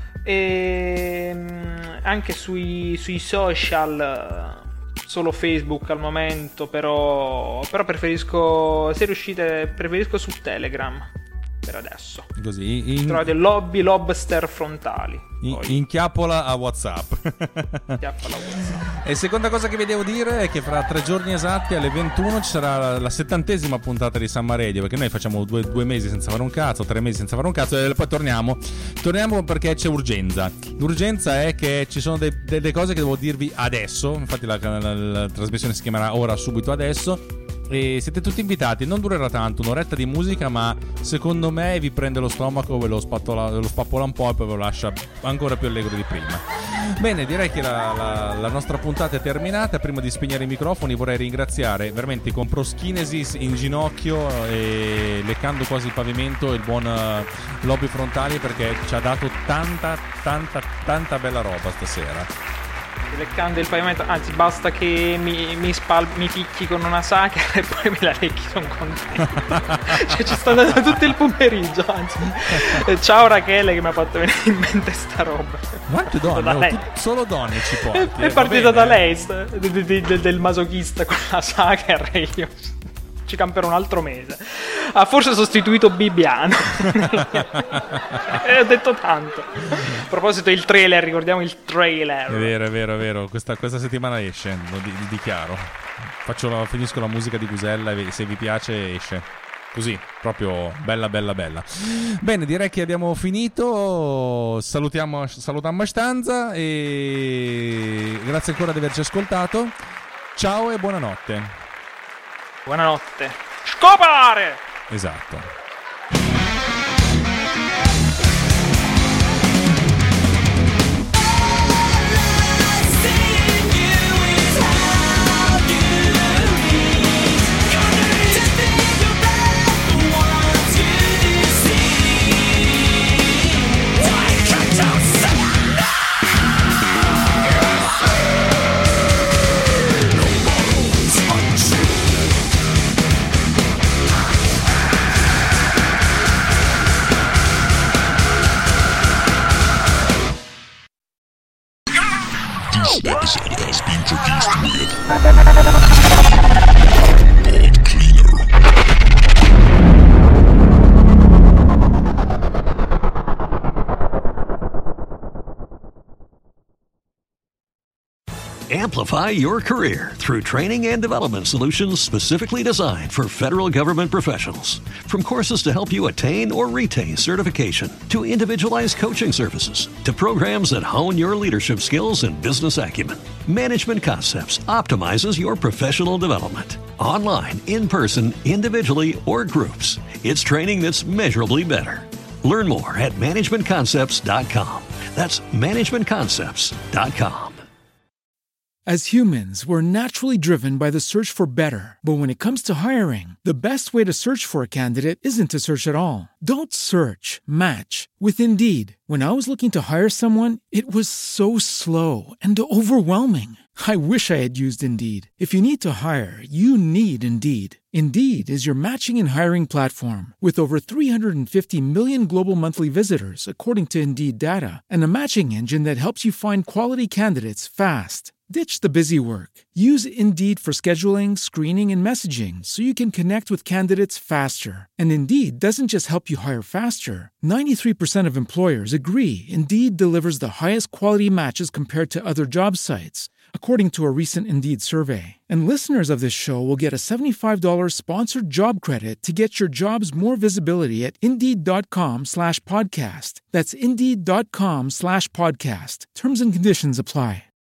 E anche sui, sui social, solo Facebook al momento, però, però preferisco, se riuscite, preferisco su Telegram per adesso. Così in... trovate Lobby Lobster Frontali. In, inchiappola a WhatsApp. Inchiappola a WhatsApp. E seconda cosa che vi devo dire è che fra tre giorni esatti alle ventuno ci sarà la, la settantesima puntata di Summer Radio, perché noi facciamo due, due mesi senza fare un cazzo, tre mesi senza fare un cazzo, e poi torniamo. Torniamo perché c'è urgenza. L'urgenza è che ci sono de, delle cose che devo dirvi adesso. Infatti la, la, la, la trasmissione si chiamerà Ora Subito Adesso. E siete tutti invitati. Non durerà tanto, un'oretta di musica, ma secondo me vi prende lo stomaco, ve lo, spattola, ve lo spappola un po' e poi ve lo lascia ancora più allegro di prima. Bene, direi che la, la, la nostra puntata è terminata. Prima di spegnere i microfoni vorrei ringraziare veramente con proschinesis in ginocchio e leccando quasi il pavimento il buon uh, Lobby Frontali, perché ci ha dato tanta tanta tanta bella roba stasera. Leccando il pavimento, anzi basta che mi, mi, spal- mi picchi con una sacca e poi me la lecchi, sono contento. Cioè ci sto andando tutto il pomeriggio, anzi. Ciao Rachele che mi ha fatto venire in mente sta roba. Quante donne? Oh, tu, solo donne ci porti. È, è partita da lei, de, de, de, del masochista con la sacca, e io ci camperò un altro mese. Ha forse sostituito Bibbiano. E ho detto tanto. A proposito, il trailer, ricordiamo il trailer. È vero, è vero, è vero. Questa, questa settimana esce, lo di, di dichiaro. Faccio la, finisco la musica di Gusella e se vi piace esce. Così, proprio bella, bella, bella. Bene, direi che abbiamo finito. Salutiamo, salutiamo a stanza e grazie ancora di averci ascoltato. Ciao e buonanotte. Buonanotte. Scopare! Esatto. This episode has been produced with Pod Cleaner. Amplify your career through training and development solutions specifically designed for federal government professionals. From courses to help you attain or retain certification, to individualized coaching services, to programs that hone your leadership skills and business acumen, Management Concepts optimizes your professional development. Online, in person, individually, or groups, it's training that's measurably better. Learn more at management concepts dot com. That's management concepts dot com. As humans, we're naturally driven by the search for better. But when it comes to hiring, the best way to search for a candidate isn't to search at all. Don't search, match with Indeed. When I was looking to hire someone, it was so slow and overwhelming. I wish I had used Indeed. If you need to hire, you need Indeed. Indeed is your matching and hiring platform with over three hundred fifty million global monthly visitors, according to Indeed data, and a matching engine that helps you find quality candidates fast. Ditch the busy work. Use Indeed for scheduling, screening, and messaging so you can connect with candidates faster. And Indeed doesn't just help you hire faster. ninety-three percent of employers agree Indeed delivers the highest quality matches compared to other job sites, according to a recent Indeed survey. And listeners of this show will get a seventy-five dollars sponsored job credit to get your jobs more visibility at Indeed.com slash podcast. That's Indeed.com slash podcast. Terms and conditions apply.